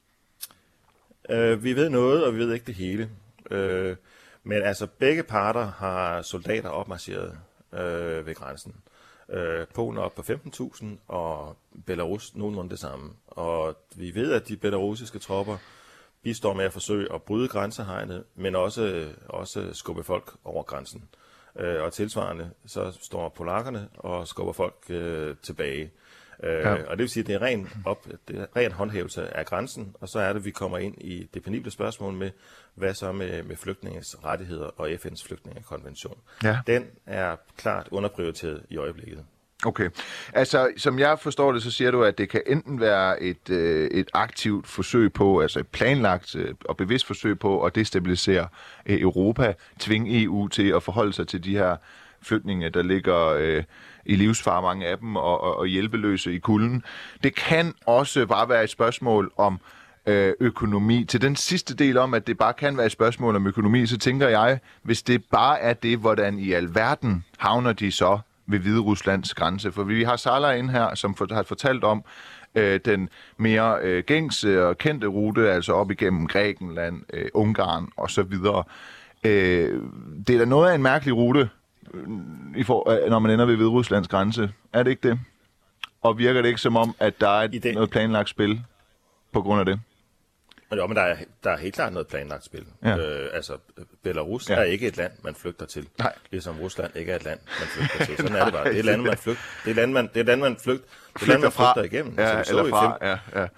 Vi ved noget, og vi ved ikke det hele. Men altså begge parter har soldater opmarcheret ved grænsen. Polen er op på 15.000, og Belarus nogenlunde det samme. Og vi ved, at de belarusiske tropper bistår med at forsøge at bryde grænsehegnet, men også skubbe folk over grænsen. Og tilsvarende så står polakkerne og skubber folk tilbage. Og det vil sige, at det er ren håndhævelse af grænsen, og så er det, at vi kommer ind i det penible spørgsmål med, hvad så med flygtninges rettigheder og FN's flygtningekonvention. Ja. Den er klart underprioriteret i øjeblikket. Okay. Altså, som jeg forstår det, så siger du, at det kan enten være et aktivt forsøg på, altså et planlagt og bevidst forsøg på at destabilisere Europa, tvinge EU til at forholde sig til de her flygtninge, der ligger i livsfare, mange af dem, og hjælpeløse i kulden. Det kan også bare være et spørgsmål om økonomi. Til den sidste del om, at det bare kan være et spørgsmål om økonomi, så tænker jeg, hvis det bare er det, hvordan i alverden havner de så ved Hvideruslands grænse. For vi har Salah ind her, som har fortalt om den mere gængse og kendte rute, altså op igennem Grækenland, Ungarn og så videre. Det er da noget af en mærkelig rute, når man ender ved Hvideruslands grænse. Er det ikke det? Og virker det ikke som om, at der er noget planlagt spil på grund af det? Jo, men der er helt klart noget planlagt spil. Ja. Belarus er ikke et land, man flygter til. Nej. Ligesom Rusland ikke er et land, man flygter til. Sådan er det bare. Det er landet, man flygter. Det er landet, man flygter igennem. Ja, eller fra.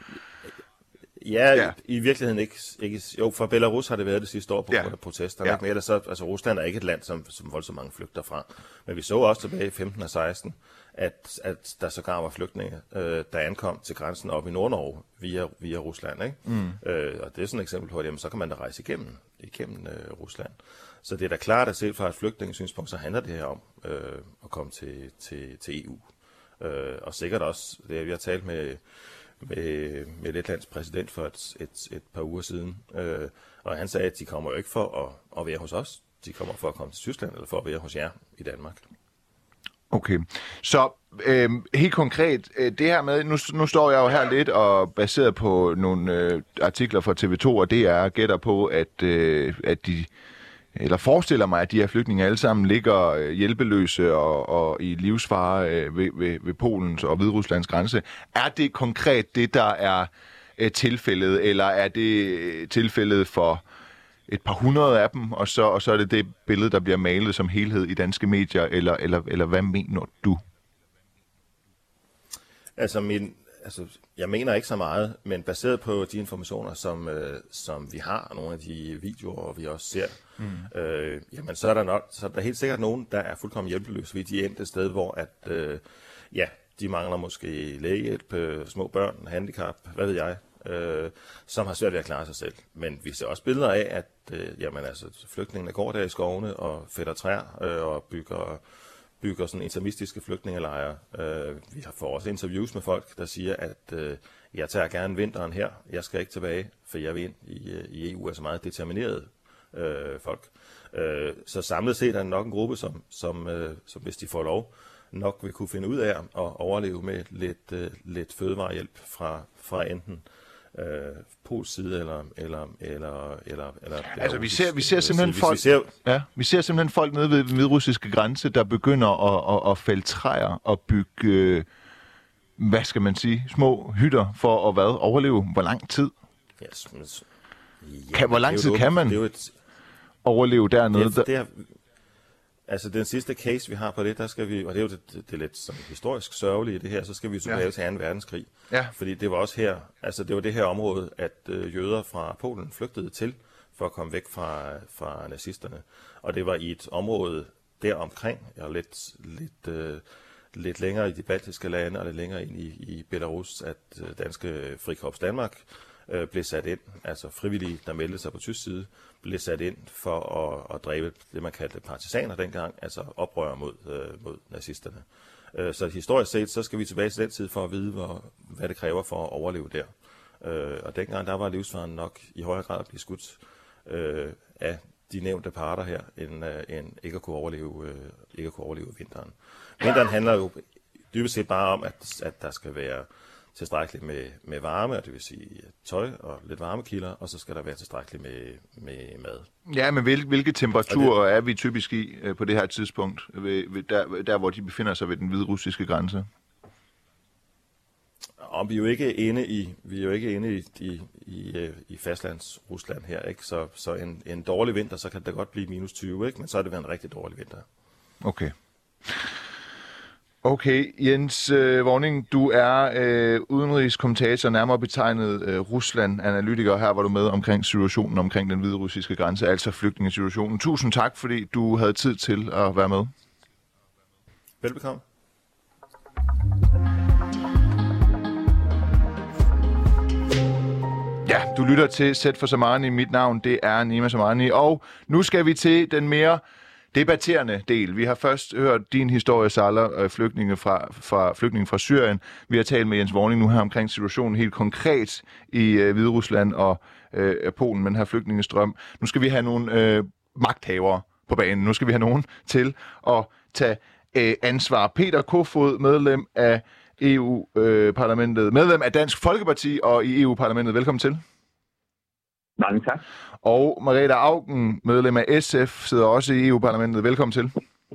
Ja, i virkeligheden ikke. Jo, for Belarus har det været det sidste år på grund af protester. Ja. Men altså, Rusland er ikke et land, som voldsomt mange flygter fra. Men vi så også tilbage i 15 og 16, at der sågar var flygtninge, der ankom til grænsen op i Nord-Norge via Rusland. Ikke? Og det er sådan et eksempel på, at så kan man da rejse igennem Rusland. Så det er da klart, at set fra et flygtningesynspunkt, så handler det her om at komme til EU. Og sikkert også, det vi har talt med Letlands præsident for et par uger siden, og han sagde, at de kommer jo ikke for at være hos os, de kommer for at komme til Tyskland, eller for at være hos jer i Danmark. Okay, så helt konkret, det her med, nu står jeg jo her lidt og baseret på nogle artikler fra TV2 og DR gætter på, at de, eller forestiller mig, at de her flygtninge alle sammen ligger hjælpeløse og i livsfare ved Polens og Hvideruslands grænse. Er det konkret det, der er tilfældet, eller er det tilfældet for et par hundrede af dem, og så er det billede, der bliver malet som helhed i danske medier, eller hvad mener du? Jeg mener ikke så meget, men baseret på de informationer, som vi har, og nogle af de videoer, vi også ser, jamen så er der helt sikkert nogen, der er fuldkommen hjælpeløse ved de endte sted, hvor at, de mangler måske lægehjælp, små børn, handicap, hvad ved jeg, som har svært ved at klare sig selv. Men vi ser også billeder af, at flygtningene går der i skovene og fælder træer og bygger sådan intermistiske flygtningelejre. Vi får også interviews med folk, der siger, at jeg tager gerne vinteren her, jeg skal ikke tilbage, for jeg vil ind i EU, altså meget determinerede folk. Så samlet set er det nok en gruppe, som hvis de får lov, nok vil kunne finde ud af at overleve med lidt fødevarehjælp fra enten Pols side eller altså vi ser simpelthen folk. Vi ser simpelthen folk nede ved den hviderussiske grænse, der begynder at fælde træer og bygge hvad skal man sige, små hytter for at overleve. Hvor lang tid? Hvor lang tid kan man overleve dernede? Altså den sidste case, vi har på det, der skal vi, og det er jo det lidt sådan historisk sørgelige i det her, så skal vi tilbage til 2. verdenskrig. Ja. Fordi det var også her, altså det var det her område, at jøder fra Polen flygtede til, for at komme væk fra nazisterne. Og det var i et område deromkring, og lidt længere i de baltiske lande, og lidt længere ind i Belarus, at danske Frikorps Danmark blev sat ind, altså frivillige, der meldte sig på tysk side, blev sat ind for at dræbe det, man kaldte partisaner dengang, altså oprør mod nazisterne. Så historisk set, så skal vi tilbage til den tid for at vide, hvad det kræver for at overleve der. Og dengang, der var livsfaren nok i højere grad at blive skudt af de nævnte parter her, end ikke at kunne overleve vinteren. Vinteren handler jo dybest set bare om, at der skal være tilstrækkeligt med varme, og det vil sige tøj og lidt varmekilder, og så skal der være tilstrækkeligt med mad. Ja, men hvilke temperaturer er vi typisk i på det her tidspunkt, der hvor de befinder sig ved den hviderussiske grænse? Og vi er jo ikke inde i fastlands Rusland her, ikke? Så en dårlig vinter, så kan det godt blive minus 20, ikke? Men så er det været en rigtig dårlig vinter. Okay. Okay, Jens Worning, du er udenrigskommentator, nærmere betegnet Rusland-analytiker. Her var du med omkring situationen omkring den hviderussiske grænse, altså flygtningesituationen. Tusind tak, fordi du havde tid til at være med. Velbekomme. Ja, du lytter til Sæt for Samani. Mit navn, det er Nima Samani. Og nu skal vi til den mere debatterende del. Vi har først hørt din historie, Salah, flygtninge fra Syrien. Vi har talt med Jens Worning nu her omkring situationen helt konkret i Hviderusland og Polen, med den her flygtningestrøm. Nu skal vi have nogle magthavere på banen. Nu skal vi have nogen til at tage ansvar. Peter Kofod, medlem af EU-parlamentet, medlem af Dansk Folkeparti og i EU-parlamentet. Velkommen til. Mange tak. Og Margrethe Auken, medlem af SF, sidder også i EU-parlamentet. Velkommen til.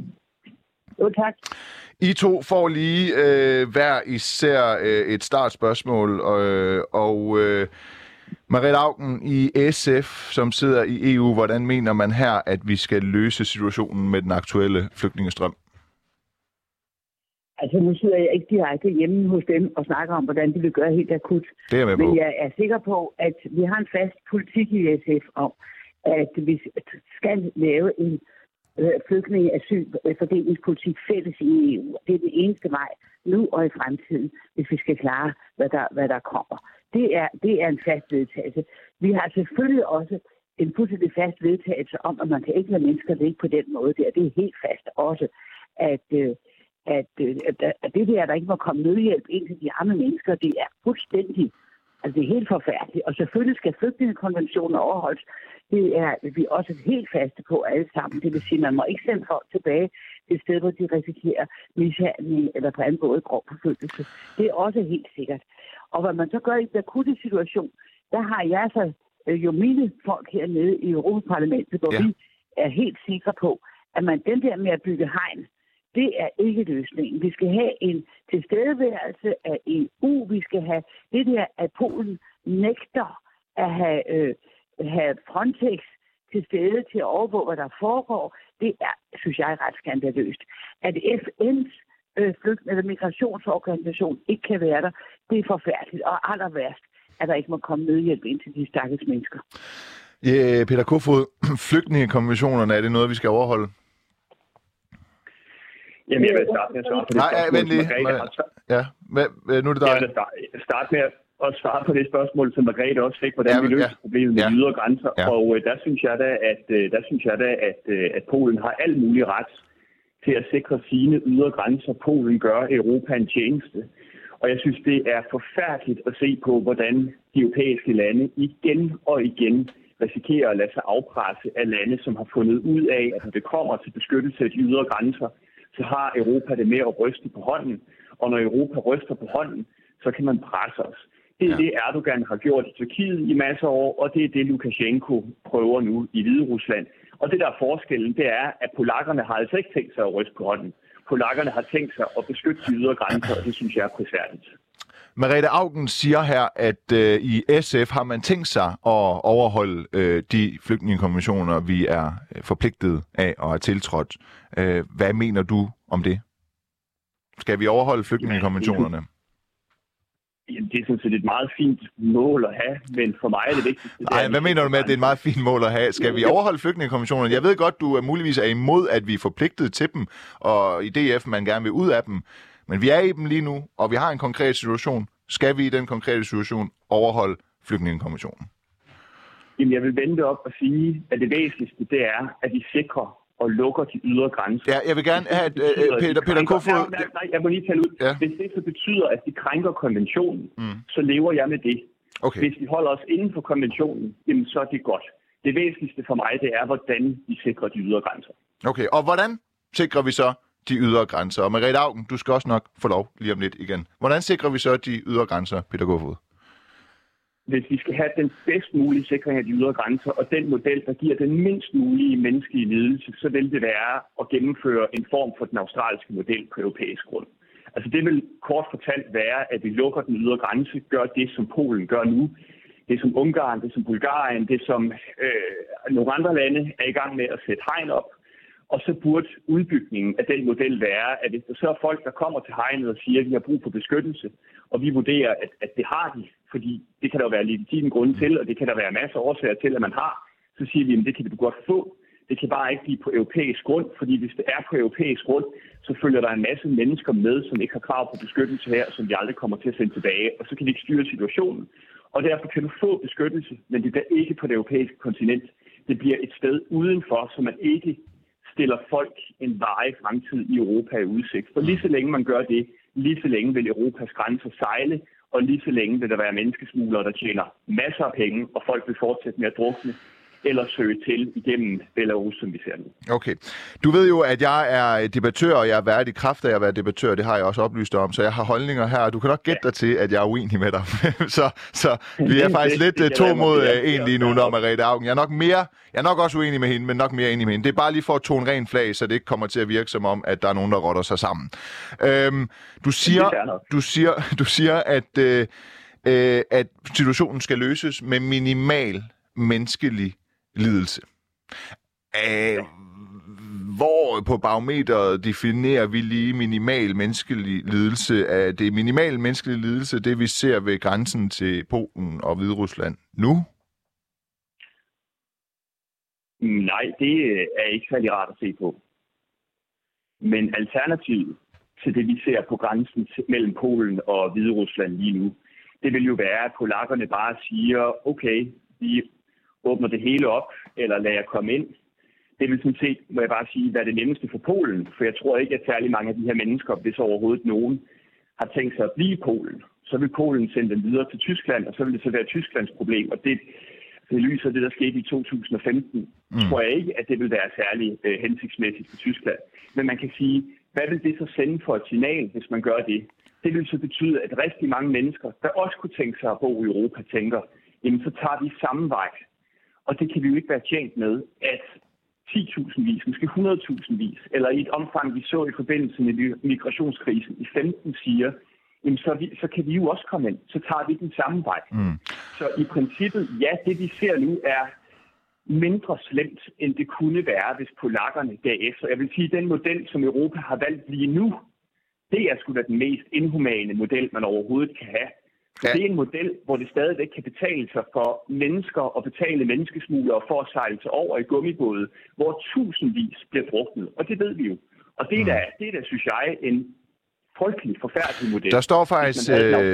Jo, tak. I to får lige hver især et startspørgsmål, og Margrethe Auken i SF, som sidder i EU, hvordan mener man her, at vi skal løse situationen med den aktuelle flygtningestrøm? Altså, nu sidder jeg ikke direkte hjemme hos dem og snakker om, hvordan de vil gøre helt akut. Det er jeg med på. Men jeg er sikker på, at vi har en fast politik i SF om, at vi skal lave en flygtninge-asyl-fordelingspolitik fælles i EU. Det er den eneste vej nu og i fremtiden, hvis vi skal klare, hvad der kommer. Det er en fast vedtagelse. Vi har selvfølgelig også en fuldstændig fast vedtagelse om, at man kan ikke lade mennesker ligge på den måde der. Det er helt fast også, at det der, der ikke må komme nødhjælp ind til de arme mennesker, det er fuldstændig, altså det er helt forfærdeligt. Og selvfølgelig skal flygtningekonventionen overholdes. Det er vi også helt faste på alle sammen. Det vil sige, at man må ikke sende folk tilbage til et sted, hvor de risikerer mishandling eller på anden måde grov forfølgelse. Det er også helt sikkert. Og hvad man så gør i den akutte situation, der har jeg så jo mine folk hernede i Europaparlamentet, hvor vi er helt sikre på, at man den der med at bygge hegn, det er ikke løsningen. Vi skal have en tilstedeværelse af EU. Vi skal have det der, at Polen nægter at have Frontex til stede til at overvåge, hvad der foregår. Det er, synes jeg, ret skandaløst. At FN's migrationsorganisation ikke kan være der, det er forfærdeligt. Og aller værst, at der ikke må komme nødhjælp ind til de stakkels mennesker. Ja, Peter Kofod, flygtningekonventionerne, er det noget, vi skal overholde? Jamen, jeg vil starte med at svare på det nu er det dig. Jeg vil starte med at svare på det spørgsmål, som Margrethe også fik, hvordan vi løser problemet med ydre grænser. Ja. Og der synes jeg da, at Polen har alt mulig ret til at sikre sine ydre grænser. Polen gør Europa en tjeneste. Og jeg synes, det er forfærdeligt at se på, hvordan de europæiske lande igen og igen risikerer at lade sig afpresse af lande, som har fundet ud af, at når det kommer til beskyttelse af de ydre grænser, så har Europa det med at ryste på hånden. Og når Europa ryster på hånden, så kan man presse os. Det er det, Erdogan har gjort i Tyrkiet i masser af år, og det er det, Lukashenko prøver nu i Hviderusland. Og det, der er forskellen, det er, at polakkerne har altså ikke tænkt sig at ryste på hånden. Polakkerne har tænkt sig at beskytte de ydre grænser, og det synes jeg er prisværdigt. Margrethe Auken siger her, at i SF har man tænkt sig at overholde de flygtningekonventioner, vi er forpligtet af og er tiltrådt. Hvad mener du om det? Skal vi overholde flygtningekonventionerne? Jamen, det er sådan set et meget fint mål at have, men for mig er det vigtigste... Nej, hvad mener du med, at det er et meget fint mål at have? Skal vi overholde flygtningekonventionerne? Jeg ved godt, du muligvis er imod, at vi er forpligtet til dem, og i DF man gerne vil ud af dem. Men vi er i dem lige nu, og vi har en konkret situation. Skal vi i den konkrete situation overholde flygtningekonventionen? Jamen, jeg vil vente op og sige, at det væsentligste, det er, at vi sikrer og lukker de ydre grænser. Ja, jeg vil gerne have Peter Kofod... Nej, jeg må lige tale ud. Ja. Hvis det så betyder, at de krænker konventionen, så lever jeg med det. Okay. Hvis vi holder os inden for konventionen, jamen, så er det godt. Det væsentligste for mig, det er, hvordan vi sikrer de ydre grænser. Okay, og hvordan sikrer vi så de ydre grænser? Og Margrethe Auken, du skal også nok få lov lige om lidt igen. Hvordan sikrer vi så de ydre grænser, Peter Kofod? Hvis vi skal have den bedst mulige sikring af de ydre grænser, og den model, der giver den mindst mulige menneskelige lidelse, så vil det være at gennemføre en form for den australske model på europæisk grund. Altså det vil kort fortalt være, at vi lukker den ydre grænse, gør det, som Polen gør nu, det som Ungarn, det som Bulgarien, det som nogle andre lande er i gang med at sætte hegn op. Og så burde udbygningen af den model være, at hvis der så er folk, der kommer til hegnet og siger, at de har brug for beskyttelse, og vi vurderer, at det har de, fordi det kan der jo være legitime grunde til, og det kan der være masser af årsager til, at man har, så siger vi, at det kan du godt få. Det kan bare ikke blive på europæisk grund, fordi hvis det er på europæisk grund, så følger der en masse mennesker med, som ikke har krav på beskyttelse her, som vi aldrig kommer til at sende tilbage, og så kan de ikke styre situationen. Og derfor kan du få beskyttelse, men det bliver ikke på det europæiske kontinent. Det bliver et sted udenfor, så man ikke stiller folk en varig fremtid i Europa i udsigt. For lige så længe man gør det, lige så længe vil Europas grænser sejle, og lige så længe vil der være menneskesmuglere, der tjener masser af penge, og folk vil fortsætte med at drukne eller søge til igennem Belarus, som vi ser nu. Okay. Du ved jo, at jeg er debattør, og jeg er været i kraft af at være debattør. Det har jeg også oplyst om, så jeg har holdninger her, og du kan nok gætte dig til, at jeg er uenig med dig. så vi er faktisk lidt to mod en lige nu, når Merete Auken. Jeg er nok også uenig med hende, men nok mere enig med hende. Det er bare lige for at tone ren flag, så det ikke kommer til at virke som om, at der er nogen, der rotter sig sammen. Du siger, at situationen skal løses med minimal menneskelig lidelse. Hvor på barometeret definerer vi lige minimal menneskelig lidelse? Er det minimal menneskelig lidelse, det vi ser ved grænsen til Polen og Hviderusland nu? Nej, det er ikke særlig rart at se på. Men alternativet til det, vi ser på grænsen mellem Polen og Hviderusland lige nu, det vil jo være, at polakkerne bare siger, okay, vi åbner det hele op, eller lader jer komme ind. Det vil sådan set, må jeg bare sige, være det nemmeste for Polen, for jeg tror ikke, at særlig mange af de her mennesker, hvis overhovedet nogen, har tænkt sig at blive i Polen. Så vil Polen sende dem videre til Tyskland, og så vil det så være Tysklands problem, og det lyser det, der skete i 2015, tror jeg ikke, at det vil være særlig hensigtsmæssigt for Tyskland. Men man kan sige, hvad vil det så sende for et signal, hvis man gør det? Det vil så betyde, at rigtig mange mennesker, der også kunne tænke sig at bo i Europa, tænker, jamen så tager vi samme vej. Og det kan vi jo ikke være tjent med, at 10.000-vis, måske 100.000-vis, eller i et omfang, vi så i forbindelse med migrationskrisen i 15, siger, jamen så kan vi jo også komme ind. Så tager vi den samme vej. Så i princippet, ja, det vi ser nu er mindre slemt, end det kunne være, hvis polakkerne gav efter. Jeg vil sige, at den model, som Europa har valgt lige nu, det er sgu da den mest inhumane model, man overhovedet kan have. Ja. Det er en model, hvor det stadigvæk kan betale sig for mennesker at betale menneskesmuglere for at sejle til over i gummibåde, hvor tusindvis bliver druknet. Og det ved vi jo. Og det er da, synes jeg, en frygtelig forfærdelig model. Der står faktisk...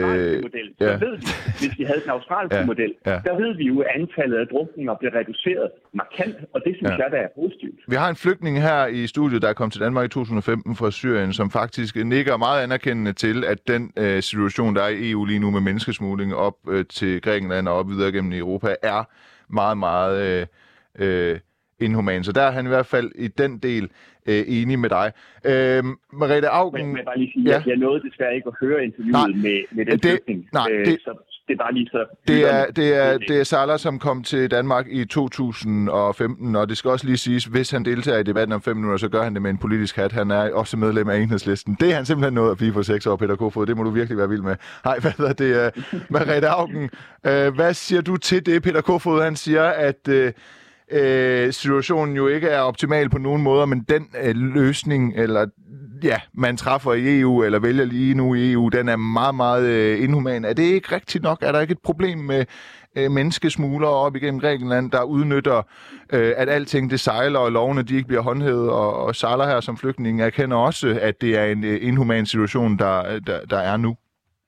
Hvis vi havde den australske model, der ved vi jo, at antallet af drukninger bliver reduceret markant, og det synes jeg, der er positivt. Vi har en flygtning her i studiet, der kom til Danmark i 2015 fra Syrien, som faktisk nikker meget anerkendende til, at den situation, der er i EU lige nu med menneskesmugling op til Grækenland og op videre gennem Europa, er meget, meget inhuman. Så der er han i hvert fald i den del enig med dig. Merete Auken... Men jeg bare lige sige, jeg nåede desværre ikke at høre interviewet med den flygtning. Så det er bare lige så... Det er Salah, som kom til Danmark i 2015, og det skal også lige siges, hvis han deltager i debatten om 5 minutter, så gør han det med en politisk hat. Han er også medlem af Enhedslisten. Det er han simpelthen nået at blive for 6 år, Peter Kofod. Det må du virkelig være vild med. Hej, hvad hedder det? Merete Auken, hvad siger du til det? Peter Kofod, han siger, at situationen jo ikke er optimal på nogen måder, men den løsning, eller man træffer i EU, eller vælger lige nu i EU, den er meget, meget inhuman. Er det ikke rigtigt nok? Er der ikke et problem med menneskesmuglere op igennem Grækenland, der udnytter, at alting det sejler, og lovene de ikke bliver håndhævet, og Salah her som flygtning erkender også, at det er en inhuman situation, der er nu?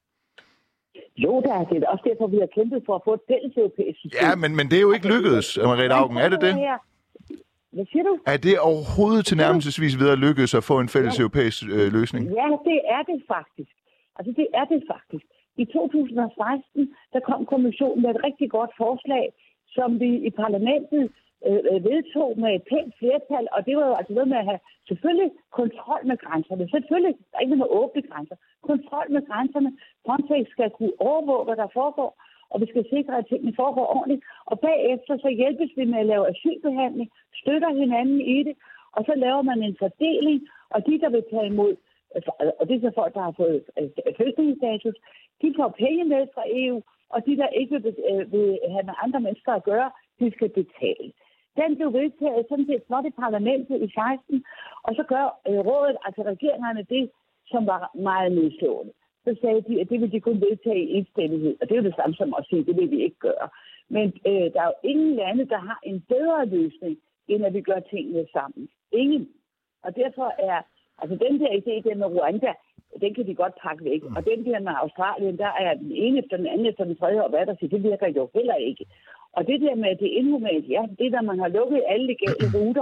Jo, det er også derfor, vi har kæmpet for at få et fælles europæisk system. Ja, men det er jo ikke lykkedes, Merete Auken. Er det det? Hvad siger du? Er det overhovedet tilnærmelsesvis ved at lykkes at få en fælles europæisk løsning? Ja, det er det faktisk. Altså, det er det faktisk. I 2016, der kom kommissionen med et rigtig godt forslag, som vi i parlamentet vedtog med et pænt flertal, og det var jo altså noget med at have selvfølgelig kontrol med grænserne. Selvfølgelig, der er ikke noget med åbne grænser. Kontrol med grænserne. Frontex skal kunne overvåge, hvad der foregår, og vi skal sikre, at tingene foregår ordentligt. Og bagefter så hjælpes vi med at lave asylbehandling, støtter hinanden i det, og så laver man en fordeling, og de, der vil tage imod, og det er så folk, der har fået flygtningestatus, de får penge med fra EU, og de, der ikke vil have med andre mennesker at gøre, de skal betale. Den blev vedtaget sådan set flot i parlamentet i 16, og så gør rådet, altså regeringerne, det, som var meget nedslående. Så sagde de, at det vil de kun vedtage i enstemmighed, og det er jo det samme som at sige, det vil vi ikke gøre. Men der er jo ingen lande, der har en bedre løsning, end at vi gør tingene sammen. Ingen. Og derfor er, altså den der idé, den med Rwanda, den kan de godt pakke væk. Og den der med Australien, der er den ene efter den anden efter den tredje, og hvad der siger, det virker jo heller ikke. Og det der med, at det er inhumant, ja, det der man har lukket alle legale ruter,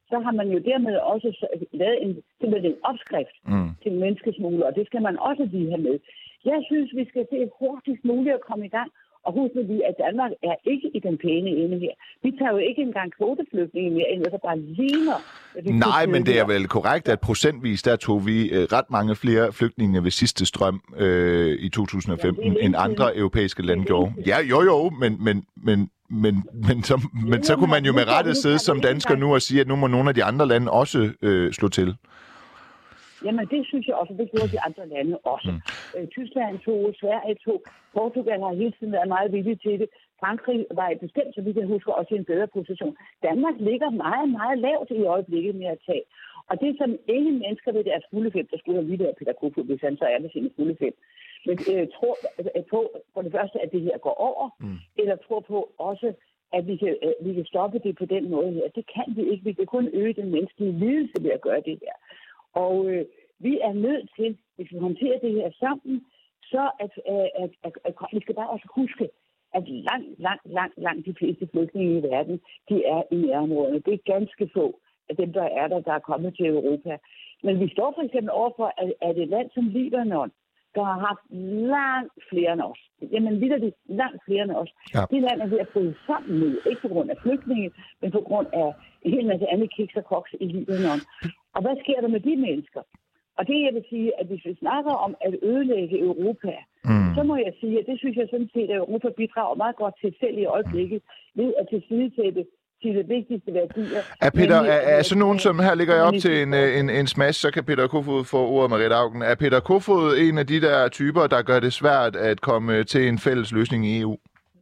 så har man jo dermed også lavet simpelthen en opskrift til menneskesmugler, og det skal man også lige have med. Jeg synes, vi skal se hurtigst muligt at komme i gang. Og husk lige, at Danmark er ikke i den pæne ende her. Vi tager jo ikke engang kvoteflygtninge mere, end der bare ligner. Nej, men det er vel korrekt, at procentvis der tog vi ret mange flere flygtninge ved sidste strøm i 2015, end andre europæiske lande gjorde. Ja, jo, men så kunne man jo med rette sidde som dansker nu og sige, at nu må nogle af de andre lande også slå til. Jamen, det synes jeg også, det gjorde de andre lande også. Tyskland tog, Sverige tog, Portugal har hele tiden været meget villige til det. Frankrig var bestemt, så vi kan huske, også i en bedre position. Danmark ligger meget, meget lavt i øjeblikket med at tage. Og det, som ingen mennesker ved deres fulde fem, der skulle have lige været Peter Kofod, hvis han så er med sine fulde fem. Men tror på, for det første, at det her går over, eller tror på også, at vi kan stoppe det på den måde her. Det kan vi ikke. Vi kan kun øge den menneskelige lidelse ved at gøre det her. Og vi er nødt til, hvis vi håndterer det her sammen, så at vi skal bare også huske, at langt de fleste flygtninge i verden, de er i nærområderne. Det er ganske få af dem, der er kommet til Europa. Men vi står for eksempel overfor, at et land som Libanon, der har haft langt flere end os. Jamen, vitterligt langt flere end os. Ja. Det land er ved at bryde sammen nu, ikke på grund af flygtninge, men på grund af en hel masse andet kiks og koks i Libanon. Og hvad sker der med de mennesker? Og det jeg vil sige, at hvis vi snakker om at ødelægge Europa, så må jeg sige, at det synes jeg sådan set, at Europa bidrager meget godt til selv i øjeblikket, ved at tilsidesætte sine vigtigste værdier. Peter, er sådan nogen, som her ligger jeg op til en smash, så kan Peter Kofod få ordet, Mariette Auken. Er Peter Kofod en af de der typer, der gør det svært at komme til en fælles løsning i EU?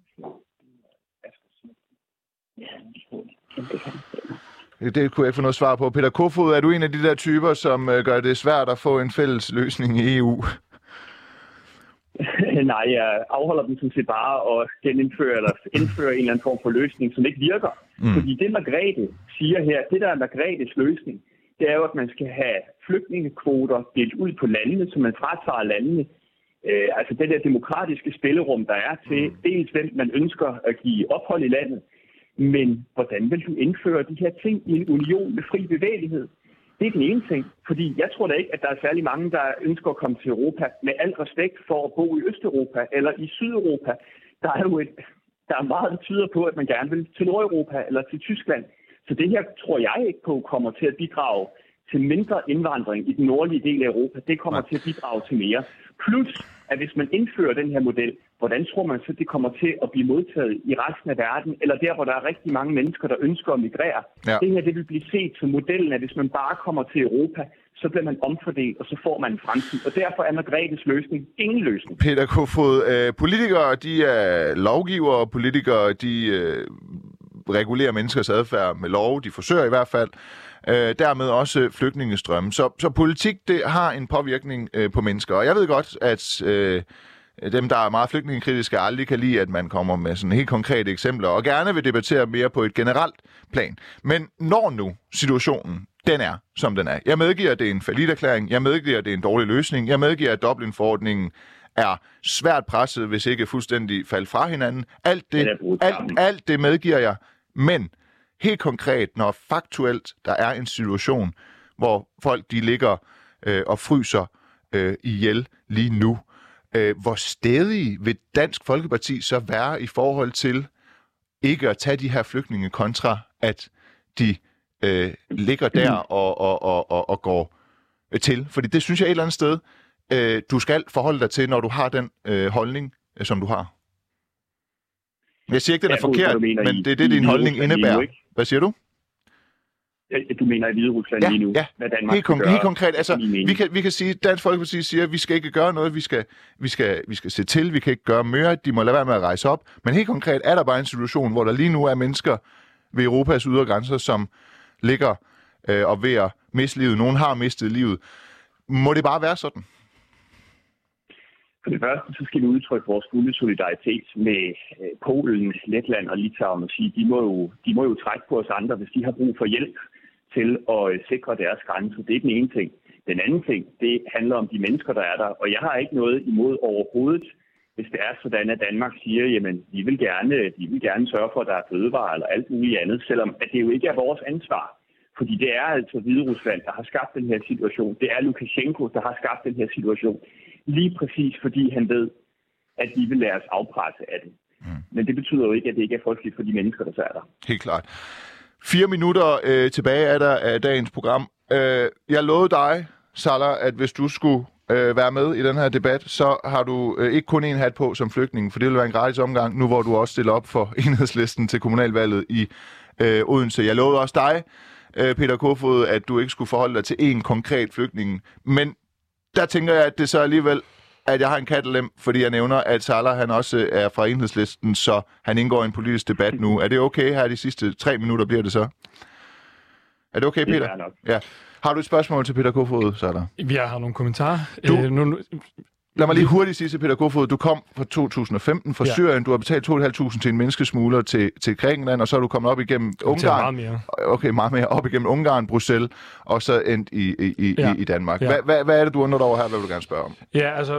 Det kunne jeg ikke få noget svar på. Peter Kofod, er du en af de der typer, som gør det svært at få en fælles løsning i EU? Nej, jeg afholder dem sådan set bare at indføre en eller anden form for løsning, som ikke virker. Fordi det Margrethe siger her, det der er Margrethes løsning, det er jo, at man skal have flygtningekvoter delt ud på landene, så man fratager landene. Altså det der demokratiske spillerum, der er til dels hvem man ønsker at give ophold i landet, men hvordan vil du indføre de her ting i en union med fri bevægelighed? Det er den ene ting, fordi jeg tror da ikke, at der er særlig mange, der ønsker at komme til Europa med al respekt for at bo i Østeuropa eller i Sydeuropa. Der er meget, der tyder på, at man gerne vil til Nordeuropa eller til Tyskland. Så det her tror jeg ikke på kommer til at bidrage til mindre indvandring i den nordlige del af Europa. Det kommer til at bidrage til mere. Plus, at hvis man indfører den her model, hvordan tror man så, det kommer til at blive modtaget i resten af verden, eller der, hvor der er rigtig mange mennesker, der ønsker at migrere? Ja. Det her, det vil blive set som modellen, at hvis man bare kommer til Europa, så bliver man omfordelt, og så får man en fremtid. Og derfor er Margrethes løsning ingen løsning. Peter Kofod, politikere, de er lovgivere, og politikere, de regulerer menneskers adfærd med lov. De forsøger i hvert fald. Dermed også flygtningestrømme. Så politik, det har en påvirkning på mennesker. Og jeg ved godt, at dem, der er meget flygtningekritiske, aldrig kan lide, at man kommer med sådan helt konkrete eksempler, og gerne vil debattere mere på et generelt plan. Men når nu situationen, den er, som den er. Jeg medgiver, at det er en falliterklæring. Jeg medgiver, at det er en dårlig løsning. Jeg medgiver, at Dublin-forordningen er svært presset, hvis ikke fuldstændig faldt fra hinanden. Alt det medgiver jeg. Men helt konkret, når faktuelt der er en situation, hvor folk de ligger og fryser ihjel lige nu, hvor stædige vil Dansk Folkeparti så være i forhold til ikke at tage de her flygtninge kontra, at de ligger der og går til? Fordi det synes jeg et eller andet sted, du skal forholde dig til, når du har den holdning, som du har. Jeg siger ikke, den er forkert, men det er det, din holdning indebærer. Hvad siger du? Du mener i Hviderusland lige nu, hvad Danmark helt konkret. Altså, vi kan sige, at Dansk Folkeparti siger, at vi skal ikke gøre noget, vi skal se til, vi kan ikke gøre mere, de må lade være med at rejse op. Men helt konkret er der bare en situation, hvor der lige nu er mennesker ved Europas ydre grænser, som ligger og ved at miste livet. Nogen har mistet livet. Må det bare være sådan? For det første, så skal vi udtrykke vores fulde solidaritet med Polen, Letland og Litauen og sige, de må jo trække på os andre, hvis de har brug for hjælp til at sikre deres grænser. Det er den ene ting. Den anden ting, det handler om de mennesker, der er der. Og jeg har ikke noget imod overhovedet, hvis det er sådan, at Danmark siger, jamen, de vil gerne sørge for, at der er fødevarer eller alt muligt andet, selvom at det jo ikke er vores ansvar. Fordi det er altså Hviderusland, der har skabt den her situation. Det er Lukashenko, der har skabt den her situation. Lige præcis fordi han ved, at de vil lade os afpresse af det. Men det betyder jo ikke, at det ikke er frygteligt for de mennesker, der så er der. Helt klart. 4 minutter tilbage er der af dagens program. Jeg lovede dig, Salah, at hvis du skulle være med i den her debat, så har du ikke kun en hat på som flygtning, for det vil være en gratis omgang, nu hvor du også stiller op for Enhedslisten til kommunalvalget i Odense. Jeg lovede også dig, Peter Kofod, at du ikke skulle forholde dig til én konkret flygtning. Men der tænker jeg, at det så alligevel, at jeg har en kattelem, fordi jeg nævner, at Salah han også er fra Enhedslisten, så han indgår i en politisk debat nu. Er det okay her de sidste 3 minutter, bliver det så? Er det okay, Peter? Det er nok. Ja. Har du et spørgsmål til Peter Kofod, Salah? Jeg har nogle kommentarer. Lad mig lige hurtigt sige til Peter Kofod, du kom fra 2015 fra Syrien, du har betalt 2.500 til en menneskesmugler til Grækenland, og så er du kommet op igennem Ungarn. Meget mere. Okay, meget mere. Op igennem Ungarn, Bruxelles, og så endt i Danmark. Ja. Hvad er det, du undrer dig over her? Hvad vil du gerne spørge om? Ja, altså,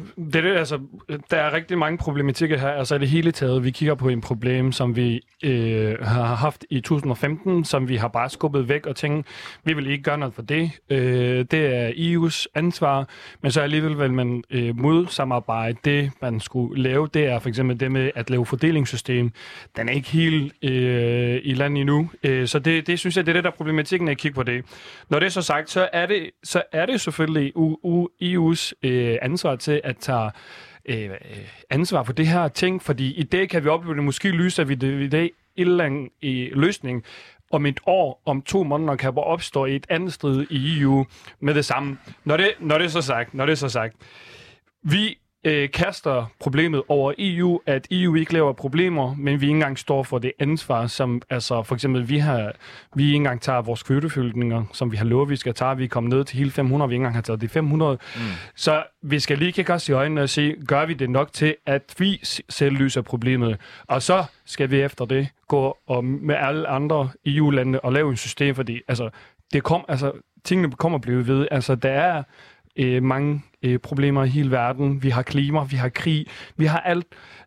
der er rigtig mange problematikker her. Altså i det hele taget, vi kigger på en problem, som vi har haft i 2015, som vi har bare skubbet væk og tænkt, vi vil ikke gøre noget for det. Det er EU's ansvar, men så alligevel vil man modsamarbejde. Det, man skulle lave, det er for eksempel det med at lave fordelingssystem. Den er ikke helt i land endnu. Så det synes jeg, det er det, der er problematikken, at kigge på det. Når det er så sagt, så er det selvfølgelig EU's ansvar til at tage ansvar for det her ting, fordi i dag kan vi opleve det, måske lyser vi det i dag en eller anden løsning. Om et år, om 2 måneder, kan bare opstå et andet sted i EU med det samme. Når det er så sagt, vi kaster problemet over EU, at EU ikke laver problemer, men vi ikke engang står for det ansvar, som altså for eksempel vi ikke engang tager vores kvoteflygtninger, som vi har lovet, vi skal tage. Vi er kommet ned til hele 500, vi ikke engang har taget de 500. Så vi skal lige kigge os i øjnene og se, gør vi det nok til, at vi selv løser problemet. Og så skal vi efter det gå og med alle andre EU-lande og lave et system, fordi tingene kommer at blive ved. Altså der er mange problemer i hele verden. Vi har klima, vi har krig, vi har alt.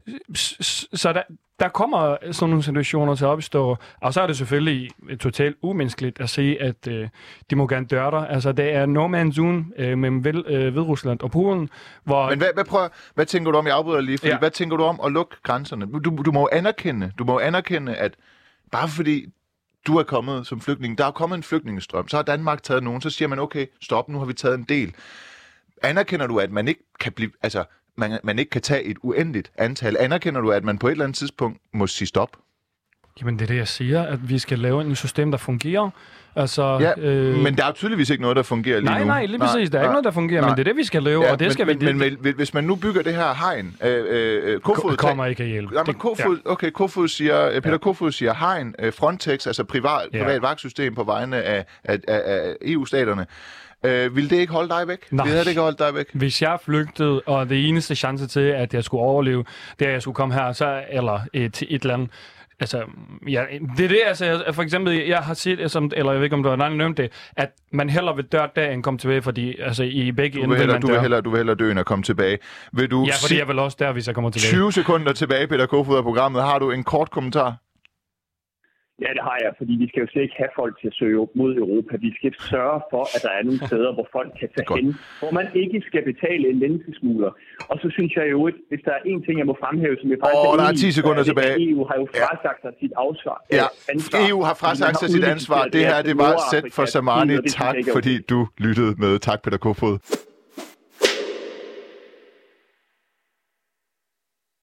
Så der kommer sådan nogle situationer til at opstå. Og så er det selvfølgelig totalt umenneskeligt at se, at de må gerne døre der. Altså, det er no man's zone mellem Hviderusland og Polen. Hvor... Men hvad tænker du om, jeg afbryder lige, fordi hvad tænker du om at lukke grænserne? Du må anerkende, at bare fordi du er kommet som flygtning, der er kommet en flygtningestrøm, så har Danmark taget nogen, så siger man, okay, stop, nu har vi taget en del. Anerkender du, at man ikke kan blive, altså, man ikke kan tage et uendeligt antal? Anerkender du, at man på et eller andet tidspunkt må sige stop? Jamen, det er det, jeg siger, at vi skal lave en system, der fungerer. Altså, men der er tydeligvis ikke noget, der fungerer lige nu. Nej, lige præcis. Der er ikke noget, der fungerer, men det er det, vi skal lave, og det skal vi... Men hvis man nu bygger det her hegn... Kofod kommer ikke at hjælpe. Kofod siger, Peter Kofod siger hegn, Frontex, altså privat vagtsystem på vegne af EU-staterne. Vil det ikke holde dig væk? Nej. Vil det ikke holde dig væk? Hvis jeg flygtede, og det eneste chance til, at jeg skulle overleve, det er, at jeg skulle komme her, til et eller andet. Altså, ja, det er det, altså, for eksempel, jeg har set, eller jeg ved ikke, om du har nævnt det, at man hellere vil dør der, end komme tilbage, fordi altså, i begge ender vil man dør. Du vil hellere dø, end at komme tilbage. Fordi jeg vil også der, hvis jeg kommer tilbage. 20 sekunder tilbage, Peter Kofod, af programmet. Har du en kort kommentar? Ja, det har jeg, fordi vi skal jo slet ikke have folk til at søge op mod Europa. Vi skal sørge for, at der er nogle steder, hvor folk kan tage hen, hvor man ikke skal betale en menneskesmugler. Og så synes jeg jo, at hvis der er en ting, jeg må fremhæve, som jeg faktisk der er 10 sekunder tilbage. EU har jo frasagt sig sit ansvar. EU har frasagt sig sit ansvar. Det her, det var sæt for Samani. Tak, fordi du lyttede med. Tak, Peter Kofod.